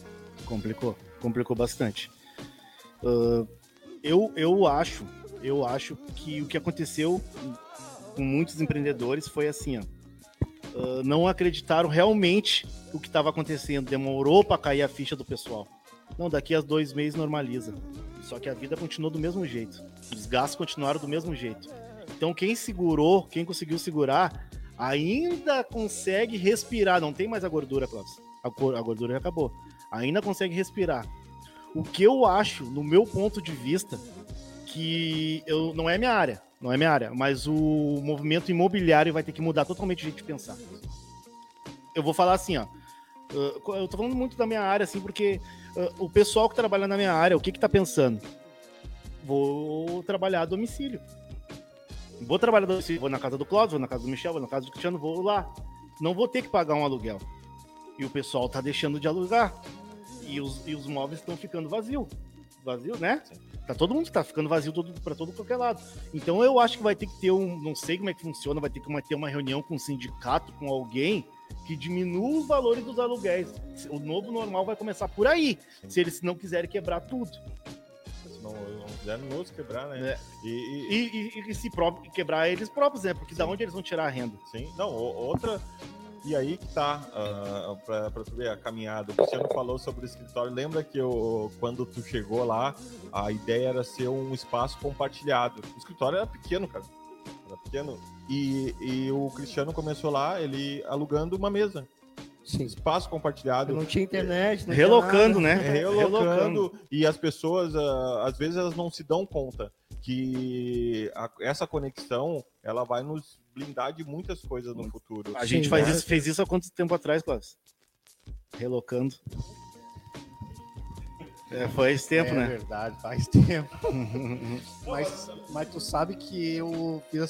bastante. Eu acho que o que aconteceu com muitos empreendedores foi assim, não acreditaram realmente o que estava acontecendo, demorou para cair a ficha do pessoal. Não, daqui a 2 meses normaliza. Só que a vida continuou do mesmo jeito, os gastos continuaram do mesmo jeito. Então quem conseguiu segurar, ainda consegue respirar. Não tem mais a gordura, Cláudio. A gordura já acabou. Ainda consegue respirar. O que eu acho, no meu ponto de vista, que não é minha área, mas o movimento imobiliário vai ter que mudar totalmente o jeito de pensar. Eu vou falar assim, eu tô falando muito da minha área, assim, porque o pessoal que trabalha na minha área, o que tá pensando? Vou trabalhar a domicílio. Vou trabalhar a domicílio, vou na casa do Cláudio, vou na casa do Michel, vou na casa do Cristiano, vou lá. Não vou ter que pagar um aluguel. E o pessoal tá deixando de alugar. E os móveis estão ficando vazios. Vazio, né? Tá todo mundo tá ficando vazio para todo qualquer lado. Então eu acho que vai ter que ter não sei como é que funciona, vai ter que ter uma reunião com o sindicato, com alguém que diminua os valores dos aluguéis. O novo normal vai começar por aí, se eles não quiserem quebrar tudo. Se não quiserem nos quebrar, né? E se quebrar eles próprios, né? Porque da onde eles vão tirar a renda? Sim, não, outra... E aí que tá, pra tu ver a caminhada. O Cristiano falou sobre o escritório. Lembra que quando tu chegou lá, a ideia era ser um espaço compartilhado. O escritório era pequeno, cara. Era pequeno. E o Cristiano começou lá, ele alugando uma mesa. Sim. Espaço compartilhado. Não tinha internet. Não relocando, tinha né? Relocando. E as pessoas, às vezes, elas não se dão conta que essa conexão, ela vai nos blindar de muitas coisas no futuro. A gente fez isso há quanto tempo atrás, Cláudio? Relocando. Foi esse tempo, né? É verdade, faz tempo. mas tu sabe que eu fiz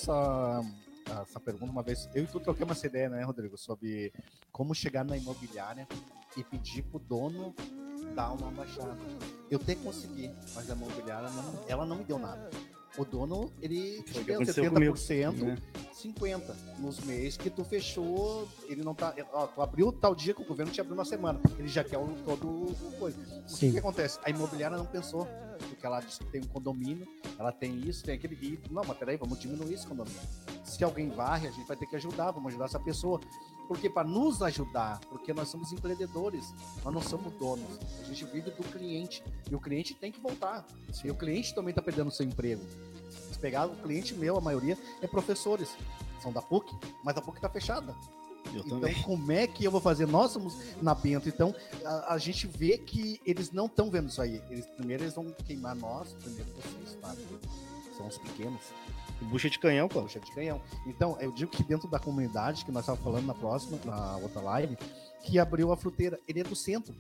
essa pergunta uma vez. Eu e tu troquemos essa ideia, né, Rodrigo? Sobre como chegar na imobiliária e pedir pro dono dar uma baixada. Eu até consegui, mas a imobiliária ela não me deu nada. O dono, ele te deu 70%, comigo, né? 50% nos meses que tu fechou, ele não tá... tu abriu tal dia que o governo te abriu na semana, ele já quer todo o coisa. O que acontece? A imobiliária não pensou, porque ela disse que tem um condomínio, ela tem isso, tem aquele... E, não, mas peraí, vamos diminuir esse condomínio. Se alguém varre, a gente vai ter que ajudar, vamos ajudar essa pessoa. Porque para nos ajudar, porque nós somos empreendedores, nós não somos donos, a gente vive do cliente, e o cliente tem que voltar. E o cliente também está perdendo o seu emprego. Se pegar o cliente meu, a maioria é professores, são da PUC, mas a PUC está fechada. Então, como é que eu vou fazer? Nós somos na Bento, então a gente vê que eles não estão vendo isso aí. Primeiro eles vão queimar nós, primeiro vocês, tá? São os pequenos. Bucha de canhão, pô. Bucha de canhão. Então, eu digo que dentro da comunidade, que nós estávamos falando na outra live, que abriu a fruteira, ele é do centro.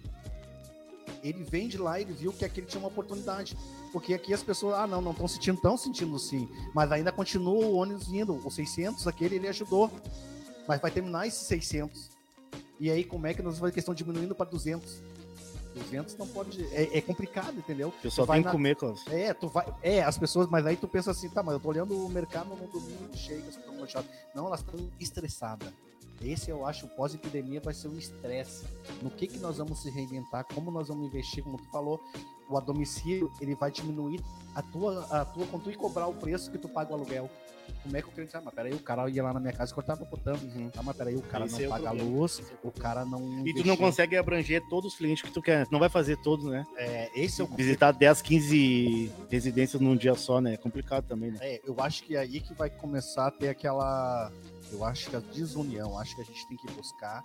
Ele vem de lá, ele viu que aqui ele tinha uma oportunidade. Porque aqui as pessoas, não estão sentindo sim. Mas ainda continua o ônibus vindo. Os 600, aquele ele ajudou. Mas vai terminar esses 600. E aí, como é que nós vamos questão diminuindo para 200? 200 não pode... É complicado, entendeu? O pessoal tem que comer, Cláudio. As pessoas... Mas aí tu pensa assim, tá, mas eu tô olhando o mercado no domingo cheio, as pessoas estão lanchadas. Não, elas estão estressadas. Esse, eu acho, o pós-epidemia vai ser um estresse. No que nós vamos se reinventar, como nós vamos investir, como tu falou, o a domicílio, ele vai diminuir a tua quando tu ir cobrar o preço que tu paga o aluguel. Como é que o cliente mas peraí, o cara ia lá na minha casa e cortava botando. Mas peraí, o cara não paga a luz, o cara não... E tu não consegue abranger todos os clientes que tu quer. Tu não vai fazer todos, né? Esse é o... Visitar 10, 15 residências num dia só, né? É complicado também, né? Eu acho que é aí que vai começar a ter aquela... Eu acho que a desunião, acho que a gente tem que buscar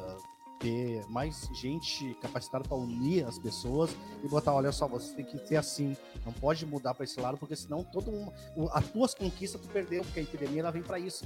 ter mais gente capacitada para unir as pessoas e botar, olha só, você tem que ser assim, não pode mudar para esse lado, porque senão as tuas conquistas tu perdeu, porque a epidemia ela vem para isso.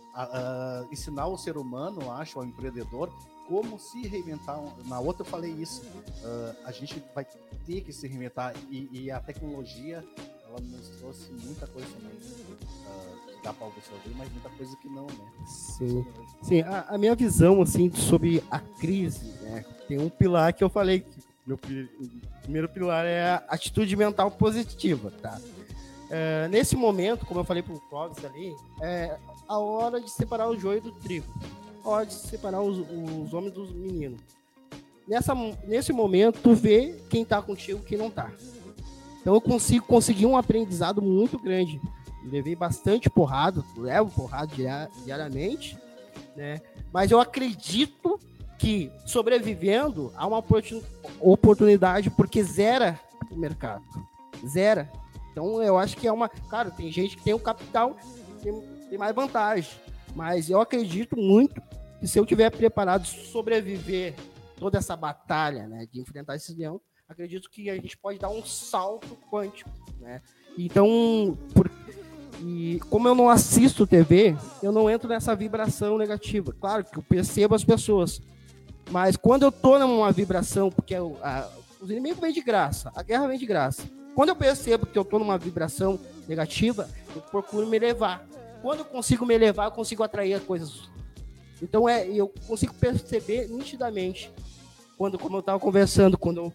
Ensinar o ser humano, eu acho, ao empreendedor, como se reinventar. Na outra eu falei isso, a gente vai ter que se reinventar e a tecnologia, ela nos trouxe muita coisa também, que dá para absorver, mas muita coisa que não, né? Sim, a minha visão, assim, sobre a crise, né? Tem um pilar que eu falei, que meu primeiro pilar é a atitude mental positiva, tá? Nesse momento, como eu falei pro Clóvis ali, é a hora de separar o joio do trigo, a hora de separar os homens dos meninos. Nesse momento, tu vê quem tá contigo e quem não tá. Então eu conseguir um aprendizado muito grande. Levei bastante porrada, levo porrada diariamente, né? Mas eu acredito que sobrevivendo há uma oportunidade, porque zera o mercado. Zera. Então eu acho que é uma... Claro, tem gente que tem o capital, tem mais vantagem. Mas eu acredito muito que se eu tiver preparado sobreviver toda essa batalha, né, de enfrentar esse leão, acredito que a gente pode dar um salto quântico, né? Então, e como eu não assisto TV, eu não entro nessa vibração negativa. Claro que eu percebo as pessoas, mas quando eu tô numa vibração, porque os inimigos vêm de graça, a guerra vem de graça. Quando eu percebo que eu tô numa vibração negativa, eu procuro me elevar. Quando eu consigo me elevar, eu consigo atrair as coisas. Então eu consigo perceber nitidamente. Como eu estava conversando,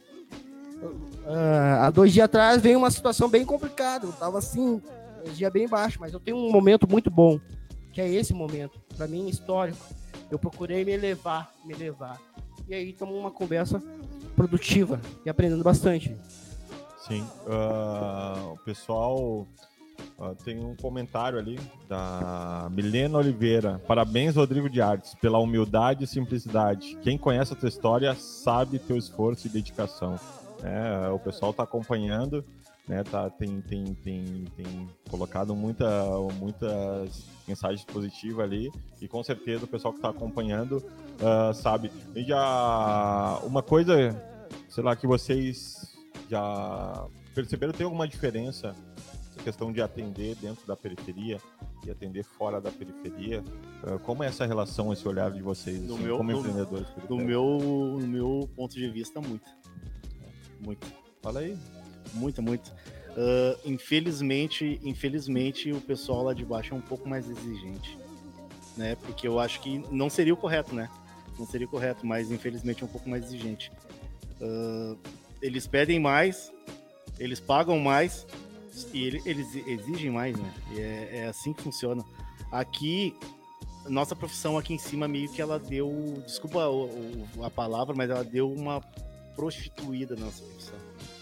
há 2 dias atrás veio uma situação bem complicada. Eu estava assim, energia bem baixo, mas eu tenho um momento muito bom, que é esse momento, para mim, histórico. Eu procurei me elevar. E aí estamos uma conversa produtiva e aprendendo bastante. Sim. O pessoal tem um comentário ali da Milena Oliveira. Parabéns, Rodrigo de Artes, pela humildade e simplicidade. Quem conhece a tua história sabe teu esforço e dedicação. O pessoal está acompanhando, né? Tem colocado muitas mensagens positivas ali, e com certeza o pessoal que está acompanhando sabe. E já uma coisa, sei lá, que vocês já perceberam, tem alguma diferença essa questão de atender dentro da periferia e atender fora da periferia? Como é essa relação, esse olhar de vocês como empreendedores? No meu ponto de vista, muito. Fala aí. Muito. Infelizmente, o pessoal lá de baixo é um pouco mais exigente, né? Porque eu acho que não seria o correto, né? Não seria o correto, mas infelizmente é um pouco mais exigente. Eles pedem mais, eles pagam mais e eles exigem mais, né? E é assim que funciona. Aqui, nossa profissão aqui em cima meio que ela deu, desculpa a palavra, mas ela deu uma prostituída na nossa profissão.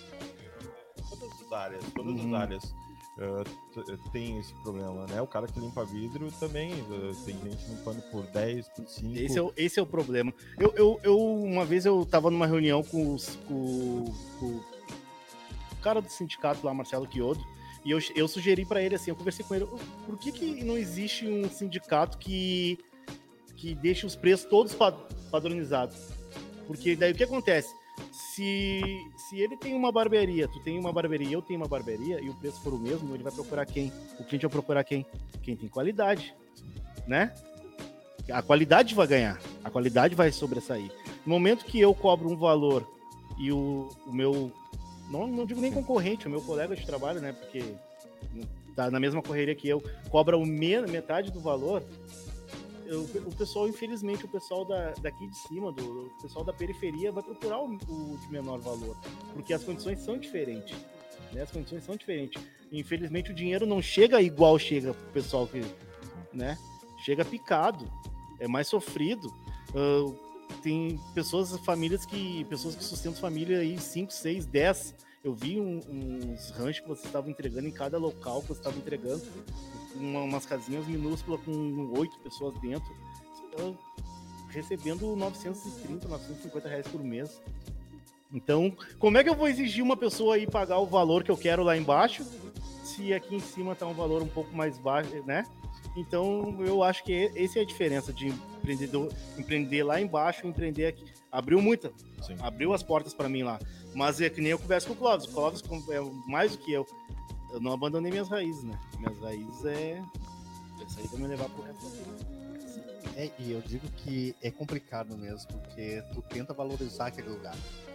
Todas as áreas tem esse problema, né? O cara que limpa vidro também, tem gente limpando por 10, por 5. Esse é o problema. Uma vez eu tava numa reunião com o cara do sindicato lá, Marcelo Chiodo, e eu sugeri para ele, assim, eu conversei com ele, por que não existe um sindicato que deixe os preços todos padronizados? Porque daí o que acontece? Se ele tem uma barbearia, tu tem uma barbearia, eu tenho uma barbearia, e o preço for o mesmo, ele vai procurar quem? O cliente vai procurar quem? Quem tem qualidade, né? A qualidade vai ganhar, a qualidade vai sobressair. No momento que eu cobro um valor e o meu, não digo nem concorrente, o meu colega de trabalho, né? Porque tá na mesma correria que eu, cobra metade do valor, o pessoal, infelizmente, o pessoal daqui de cima, o pessoal da periferia vai procurar o de menor valor, porque as condições são diferentes, né? As condições são diferentes. Infelizmente, o dinheiro não chega igual chega pro pessoal que, né? Chega picado, é mais sofrido. Tem pessoas que sustentam família aí 5, 6, 10. Eu vi uns ranchos que vocês estavam entregando em cada local que vocês estavam entregando, umas casinhas minúsculas com 8 pessoas dentro, recebendo 930, 950 reais por mês. Então, como é que eu vou exigir uma pessoa aí pagar o valor que eu quero lá embaixo, se aqui em cima tá um valor um pouco mais baixo, né? Então, eu acho que essa é a diferença de empreender lá embaixo, empreender aqui. Abriu as portas para mim lá. Mas é que nem eu converso com o Clóvis. O Clóvis é mais do que eu. Eu não abandonei minhas raízes, né? Minhas raízes essa aí vai me levar pro resto da vida. E eu digo que é complicado mesmo, porque tu tenta valorizar aquele lugar.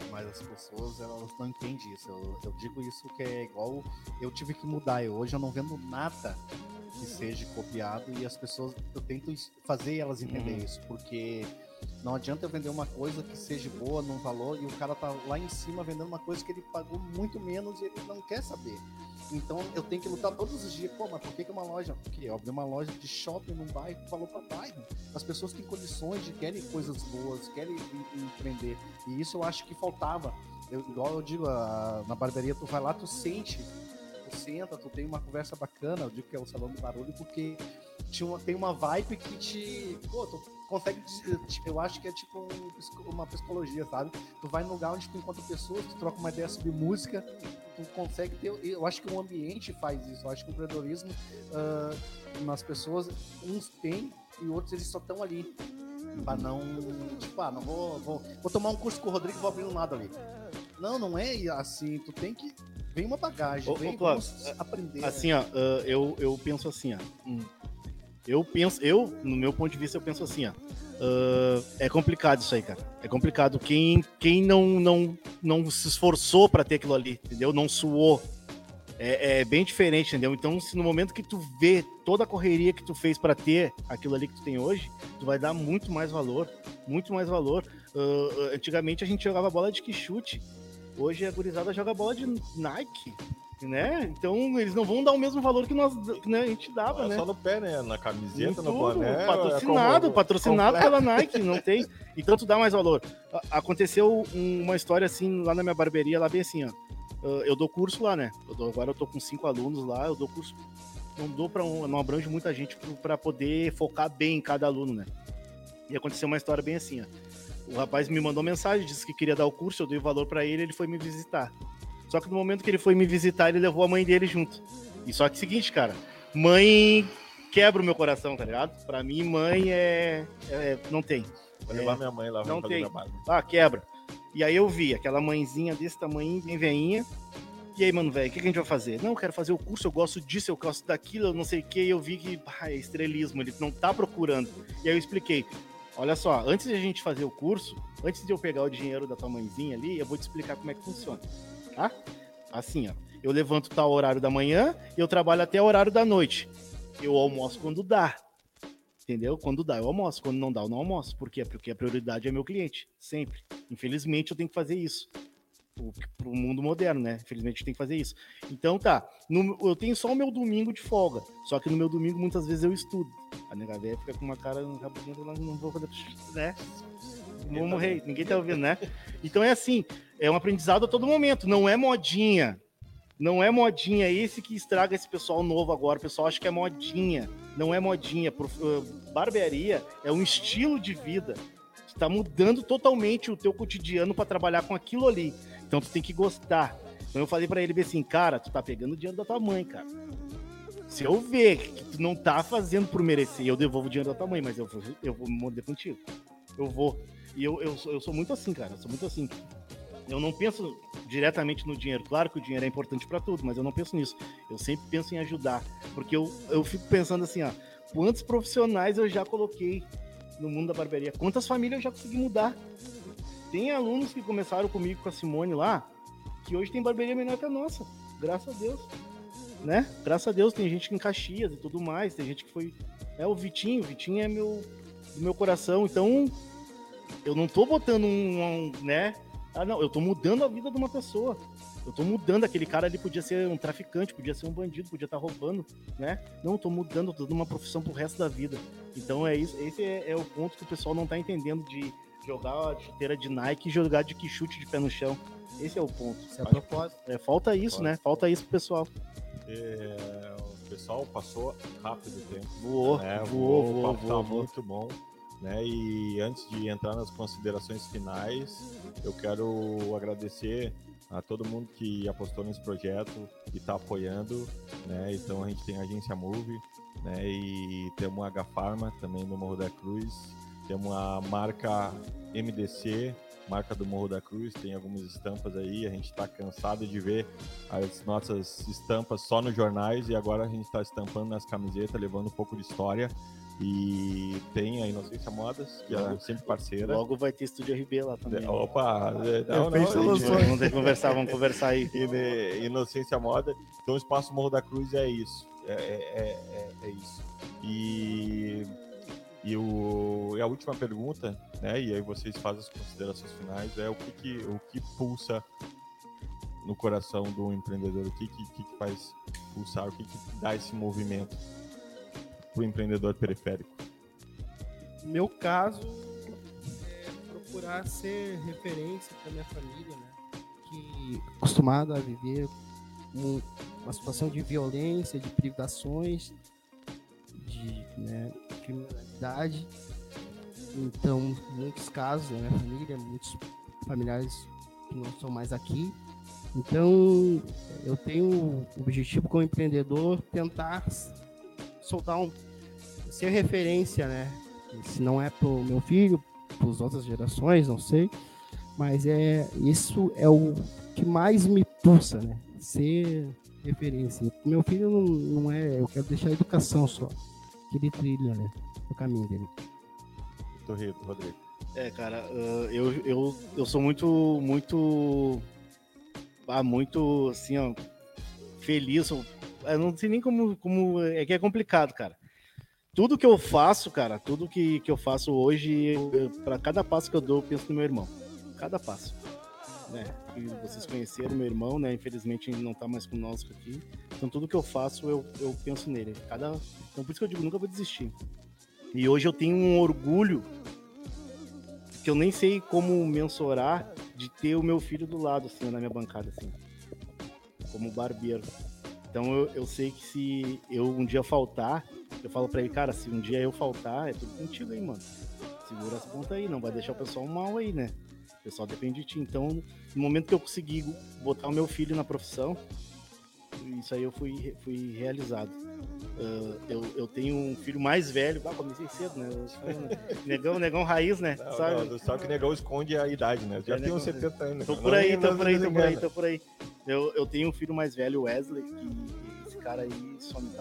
mas as pessoas, elas não entendem isso. Eu digo isso que é igual, eu tive que mudar, hoje eu não vendo nada que seja copiado, e as pessoas, eu tento fazer elas entenderem isso, porque não adianta eu vender uma coisa que seja boa num valor e o cara tá lá em cima vendendo uma coisa que ele pagou muito menos e ele não quer saber. Então eu tenho que lutar todos os dias. Pô, mas por que uma loja? Porque eu abri uma loja de shopping num bairro, falou para bairro. As pessoas têm condições de querem coisas boas, querem empreender. E isso eu acho que faltava. Igual eu digo, na barbearia tu vai lá, tu sente, tu senta, tu tem uma conversa bacana. Eu digo que é o salão do barulho porque tem uma vibe que te... Pô, tu consegue... Eu acho que é tipo uma psicologia, sabe? Tu vai num lugar onde tu encontra pessoas, tu troca uma ideia sobre música, tu consegue ter... Eu acho que o ambiente faz isso. Eu acho que o empreendedorismo nas pessoas, uns têm e outros eles só estão ali. Pra não... Tipo, não vou tomar um curso com o Rodrigo e vou abrir um lado ali. Não é assim. Tu tem que... Vem uma bagagem, vamos aprender. Assim, ó, eu penso assim, ó. No meu ponto de vista, eu penso assim, ó. É complicado isso aí, cara. É complicado. Quem não se esforçou pra ter aquilo ali, entendeu? Não suou. É bem diferente, entendeu? Então, se no momento que tu vê toda a correria que tu fez pra ter aquilo ali que tu tem hoje, tu vai dar muito mais valor. Muito mais valor. Antigamente a gente jogava bola de quichute. Hoje a gurizada joga bola de Nike, né? Então eles não vão dar o mesmo valor que nós, né, a gente dava, né? Só no pé, né? Na camiseta, no tudo, boné. Patrocinado pela Nike, não tem. Então tu dá mais valor. Aconteceu uma história assim lá na minha barbearia, lá bem assim, ó. Eu dou curso lá, né? Agora eu tô com 5 alunos lá, eu dou curso. Não abranjo muita gente para poder focar bem em cada aluno, né? E aconteceu uma história bem assim, ó. O rapaz me mandou mensagem, disse que queria dar o curso, eu dei o valor pra ele foi me visitar. Só que no momento que ele foi me visitar, ele levou a mãe dele junto. E só que é o seguinte, cara, mãe quebra o meu coração, tá ligado? Pra mim, mãe não tem. Vou levar minha mãe lá, não fazer tem. minha barba. Quebra. E aí eu vi aquela mãezinha desse tamanho, bem veinha. E aí, mano, velho, o que a gente vai fazer? Não, eu quero fazer o curso, eu gosto disso, eu gosto daquilo, eu não sei o que. E eu vi que é estrelismo, ele não tá procurando. E aí eu expliquei. Olha só, antes de a gente fazer o curso, antes de eu pegar o dinheiro da tua mãezinha ali, eu vou te explicar como é que funciona, tá? Assim, ó, eu levanto tal horário da manhã e eu trabalho até o horário da noite. Eu almoço quando dá, entendeu? Quando dá, eu almoço. Quando não dá, eu não almoço. Por quê? Porque a prioridade é meu cliente, sempre. Infelizmente, eu tenho que fazer isso. Pro mundo moderno, né? Infelizmente, tem que fazer isso. Então, tá. Eu tenho só o meu domingo de folga. Só que no meu domingo, muitas vezes, eu estudo. A nega velha fica com uma cara no rabinho, não vou fazer, né? Vou morrer. Ninguém tá ouvindo, né? Então, é assim. É um aprendizado a todo momento. Não é modinha. Não é modinha. É esse que estraga esse pessoal novo agora. O pessoal acha que é modinha. Não é modinha. Barbearia é um estilo de vida. Tu tá mudando totalmente o teu cotidiano para trabalhar com aquilo ali. Então tu tem que gostar. Então eu falei pra ele assim, cara, tu tá pegando o dinheiro da tua mãe, cara. Se eu ver que tu não tá fazendo por merecer, eu devolvo o dinheiro da tua mãe, mas eu vou me morder contigo. Eu vou. E eu sou muito assim, cara. Eu sou muito assim. Eu não penso diretamente no dinheiro. Claro que o dinheiro é importante pra tudo, mas eu não penso nisso. Eu sempre penso em ajudar. Porque eu fico pensando assim, ó. Quantos profissionais eu já coloquei no mundo da barbearia? Quantas famílias eu já consegui mudar? Tem alunos que começaram comigo com a Simone lá, que hoje tem barbearia menor que a nossa. Graças a Deus. Né? Graças a Deus, tem gente em Caxias e tudo mais. Tem gente que foi... o Vitinho é do meu coração. Então, eu não tô botando né? Não, eu tô mudando a vida de uma pessoa. Eu tô mudando. Aquele cara ali podia ser um traficante, podia ser um bandido, podia estar roubando, né? Não, eu tô mudando, tô dando uma profissão pro resto da vida. Então, é isso. Esse é o ponto que o pessoal não tá entendendo de jogar a chuteira de Nike e jogar de quichute de pé no chão. Esse é o ponto. Esse é o propósito. Falta isso, né? Falta isso pro pessoal. O pessoal passou rápido o tempo. Voou. O papo tá muito bom. Né? E antes de entrar nas considerações finais, eu quero agradecer a todo mundo que apostou nesse projeto e está apoiando. Né? Então a gente tem a Agência Move, né? E temos a H-Pharma também no Morro da Cruz. Temos a marca MDC, marca do Morro da Cruz, tem algumas estampas aí, a gente está cansado de ver as nossas estampas só nos jornais e agora a gente está estampando nas camisetas, levando um pouco de história, E tem a Inocência Modas, que é sempre parceira. Logo vai ter Estúdio RB lá também. Opa! Vamos conversar aí. Inocência Moda. Então o Espaço Morro da Cruz é isso. É isso. E a última pergunta, né? E aí vocês fazem as considerações finais, é o que pulsa no coração do empreendedor, o que faz pulsar, o que dá esse movimento para o empreendedor periférico? No meu caso, é procurar ser referência para minha família, né? Que acostumado a viver uma situação de violência, de privações, de criminalidade. Então, muitos casos na minha família, muitos familiares que não estão mais aqui. Então, eu tenho o objetivo como empreendedor tentar soltar ser referência, né? Se não é pro meu filho, para outras gerações, não sei, mas isso é o que mais me pulsa, né? Ser referência. Meu filho não é, eu quero deixar a educação só, que ele trilha, né? O caminho dele. Rodrigo. Cara, eu sou muito assim, ó, feliz. Eu não sei nem como é que é complicado, cara. Tudo que eu faço, cara, tudo que eu faço hoje, para cada passo que eu dou, eu penso no meu irmão. Cada passo. Né? E vocês conheceram meu irmão, né? Infelizmente ele não tá mais conosco aqui. Então tudo que eu faço, eu penso nele. Então por isso que eu digo, nunca vou desistir. E hoje eu tenho um orgulho que eu nem sei como mensurar de ter o meu filho do lado, assim, na minha bancada, assim, como barbeiro. Então eu sei que se eu um dia faltar, eu falo pra ele, cara, se um dia eu faltar, é tudo contigo aí, mano. Segura essa ponta aí, não vai deixar o pessoal mal aí, né? O pessoal depende de ti. Então, no momento que eu consegui botar o meu filho na profissão, isso aí eu fui realizado. Eu tenho um filho mais velho, comecei cedo, né? Negão raiz, né? Sabe que negão esconde a idade, né? Já tem uns 70 anos. Tô por aí. Eu tenho um filho mais velho, Wesley, que esse cara aí só me dá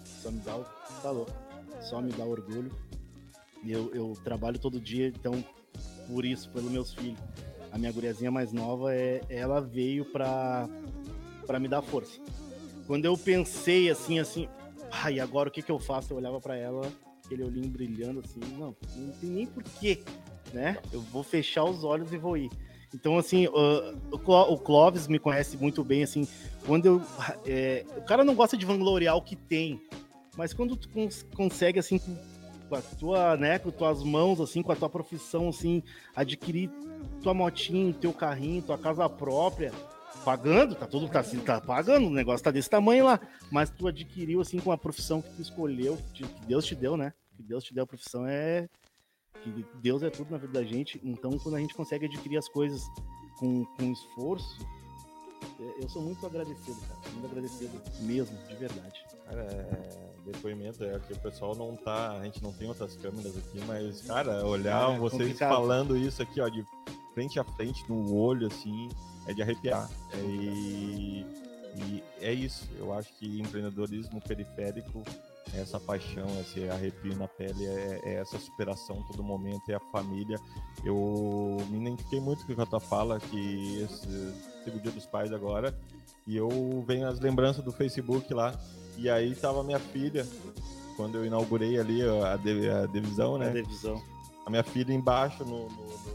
orgulho. Eu trabalho todo dia, então, por isso, pelos meus filhos. A minha guriazinha mais nova, ela veio pra me dar força. Quando eu pensei assim, e agora o que eu faço? Eu olhava pra ela, aquele olhinho brilhando assim, não tem nem porquê, né? Eu vou fechar os olhos e vou ir. Então, assim, o Clóvis me conhece muito bem, assim, quando o cara não gosta de vangloriar o que tem, mas quando tu consegue, assim, com a tua, né, com tuas mãos, assim, com a tua profissão, assim, adquirir tua motinha, teu carrinho, tua casa própria, pagando, tá pagando, o negócio tá desse tamanho lá, mas tu adquiriu, assim, com a profissão que tu escolheu, que Deus te deu, né? Que Deus te deu a profissão, que Deus é tudo na vida da gente. Então, quando a gente consegue adquirir as coisas com esforço, eu sou muito agradecido, cara, muito agradecido mesmo, de verdade. Cara, depoimento que o pessoal não tá, a gente não tem outras câmeras aqui, mas, cara, olhar vocês complicado. Falando isso aqui, ó, de frente a frente, no olho, assim, é de arrepiar. E é isso. Eu acho que empreendedorismo periférico é essa paixão, esse arrepio na pele, é essa superação todo momento, é a família. Eu me identifiquei muito com a tua fala, que teve o Dia dos Pais agora, e eu venho as lembranças do Facebook lá, e aí tava minha filha, quando eu inaugurei ali a divisão, né? A minha filha embaixo no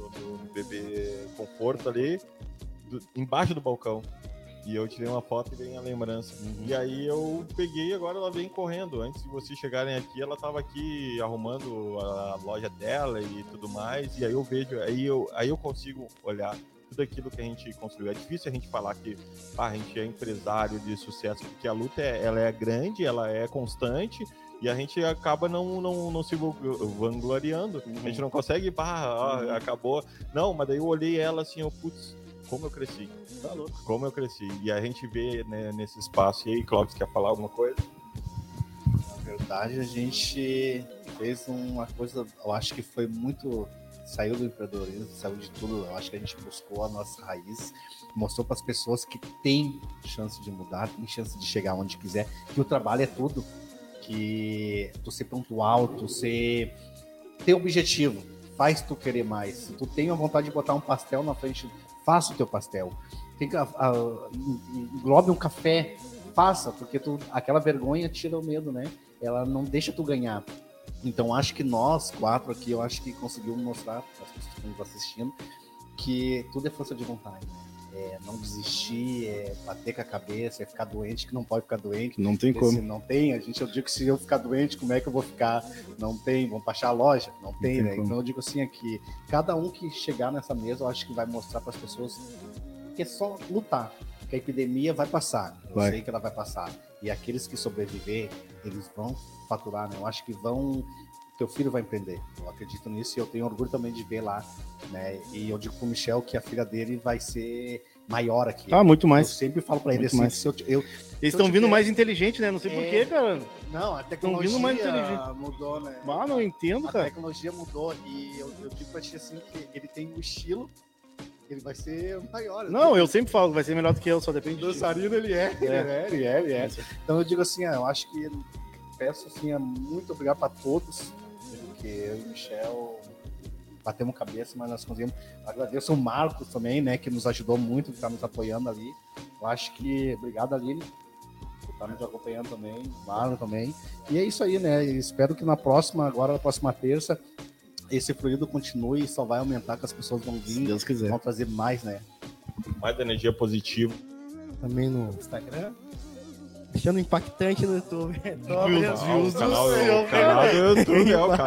bebê conforto ali, embaixo do balcão. E eu tirei uma foto e vem a lembrança. E aí eu peguei, agora ela vem correndo. Antes de vocês chegarem aqui, ela estava aqui arrumando a loja dela e tudo mais. E aí eu vejo, aí eu consigo olhar tudo aquilo que a gente construiu. É difícil a gente falar que a gente é empresário de sucesso, porque a luta ela é grande, ela é constante. E a gente acaba não se vangloriando. A gente não consegue, acabou. Não, mas daí eu olhei ela assim, putz, como eu cresci. Tá louco. Como eu cresci. E a gente vê, né, nesse espaço. E aí, Clóvis, quer falar alguma coisa? Na verdade, a gente fez uma coisa, eu acho que foi muito... Saiu do empreendedorismo, saiu de tudo. Eu acho que a gente buscou a nossa raiz, mostrou para as pessoas que tem chance de mudar, tem chance de chegar onde quiser, que o trabalho é tudo. que tu ser pontual, tu ser... ter objetivo, faz tu querer mais. Se tu tem a vontade de botar um pastel na frente, faça o teu pastel. Englobe um café, faça, porque aquela vergonha tira o medo, né? Ela não deixa tu ganhar. Então, acho que nós 4 aqui, eu acho que conseguimos mostrar para as pessoas que estão assistindo que tudo é força de vontade. Não desistir, bater com a cabeça, ficar doente, que não pode ficar doente. Não tem como. Não tem, eu digo que se eu ficar doente, como é que eu vou ficar? Não tem, vamos baixar a loja? Não tem, né? Então eu digo assim, que cada um que chegar nessa mesa, eu acho que vai mostrar para as pessoas que é só lutar, que a epidemia vai passar. Eu sei que ela vai passar. E aqueles que sobreviver, eles vão faturar, né? Eu acho que teu filho vai empreender. Eu acredito nisso e eu tenho orgulho também de ver lá, né? E eu digo pro Michel que a filha dele vai ser maior aqui. Muito mais. Eu sempre falo para ele assim, eles estão vindo mais inteligentes, né? Não sei porquê, cara. Não, a tecnologia mais mudou, né? Não entendo, cara. A tecnologia mudou e eu digo pra ti assim que ele tem o estilo, ele vai ser maior. Não, eu sempre falo que vai ser melhor do que eu, só depende do dançarino, ele é. Então eu digo assim, eu acho que peço assim, muito obrigado para todos, porque eu e o Michel batemos cabeça, mas nós conseguimos. Agradeço o Marcos também, né, que nos ajudou muito, que está nos apoiando ali. Eu acho que obrigado, Aline, por estar nos acompanhando também, Marlon também. E é isso aí, né? Eu espero que na próxima terça, esse fluido continue e só vai aumentar, que as pessoas vão vir, se Deus quiser, vão trazer mais, né? Mais energia positiva. Também no Instagram. Deixando impactante no YouTube. O canal do YouTube,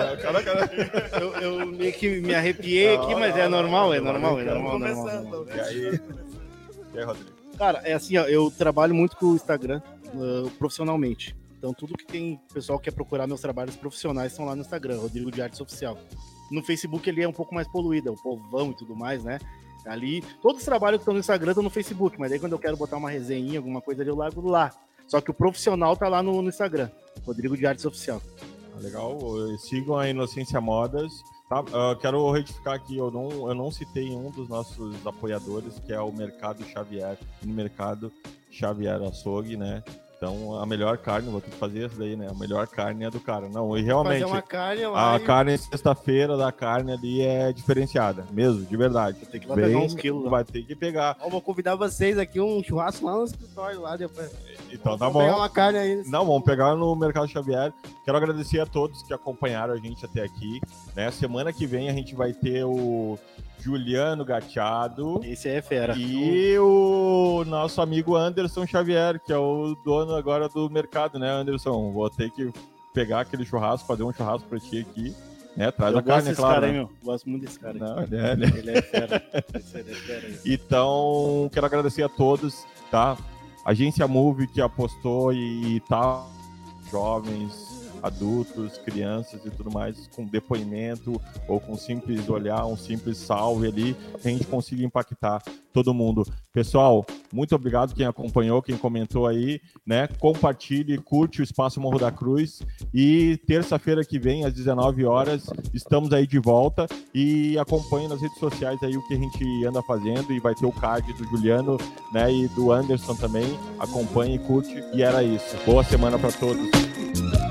Eu meio que me arrepiei aqui, mas é normal. E aí, Rodrigo? Cara, é assim, ó, eu trabalho muito com o Instagram profissionalmente. Então, tudo que tem pessoal que quer procurar meus trabalhos profissionais estão lá no Instagram, Rodrigo de Artes Oficial. No Facebook ele é um pouco mais poluído, é o povão e tudo mais, né? Ali, todos os trabalhos que estão no Instagram estão no Facebook, mas aí quando eu quero botar uma resenha, alguma coisa ali, eu largo lá. Só que o profissional tá lá no Instagram, Rodrigo de Artes Oficial. Legal, sigam a Inocência Modas. Tá? Quero retificar aqui, eu não citei um dos nossos apoiadores, que é o Mercado Xavier, no Mercado Xavier Açougue, né? Então, a melhor carne, vou ter que fazer isso daí, né? A melhor carne é do cara. Não, e realmente, fazer uma carne lá carne sexta-feira da carne ali é diferenciada, mesmo, de verdade. Tem que pegar uns quilos. Vai ter que pegar. Eu vou convidar vocês aqui, um churrasco lá no escritório, lá depois. Então tá bom. Pegar uma carne aí. Não, vamos pegar no Mercado Xavier. Quero agradecer a todos que acompanharam a gente até aqui, né? Semana que vem a gente vai ter o Juliano Gatiado. Esse é fera. E o nosso amigo Anderson Xavier, que é o dono agora do mercado, né, Anderson? Vou ter que pegar aquele churrasco, fazer um churrasco pra ti aqui, né? Traz a carne, é claro. Cara, né? meu. Gosto muito desse cara. Não, ele é fera. Ele é fera. Então, quero agradecer a todos, tá? Agência Move que apostou e tá jovens, adultos, crianças e tudo mais, com depoimento ou com simples olhar, um simples salve ali, que a gente consiga impactar todo mundo. Pessoal, muito obrigado quem acompanhou, quem comentou aí, né? Compartilhe, curte o Espaço Morro da Cruz e terça-feira que vem, às 19 horas, estamos aí de volta e acompanhe nas redes sociais aí o que a gente anda fazendo e vai ter o card do Juliano, né? E do Anderson também. Acompanhe, curte e era isso. Boa semana para todos.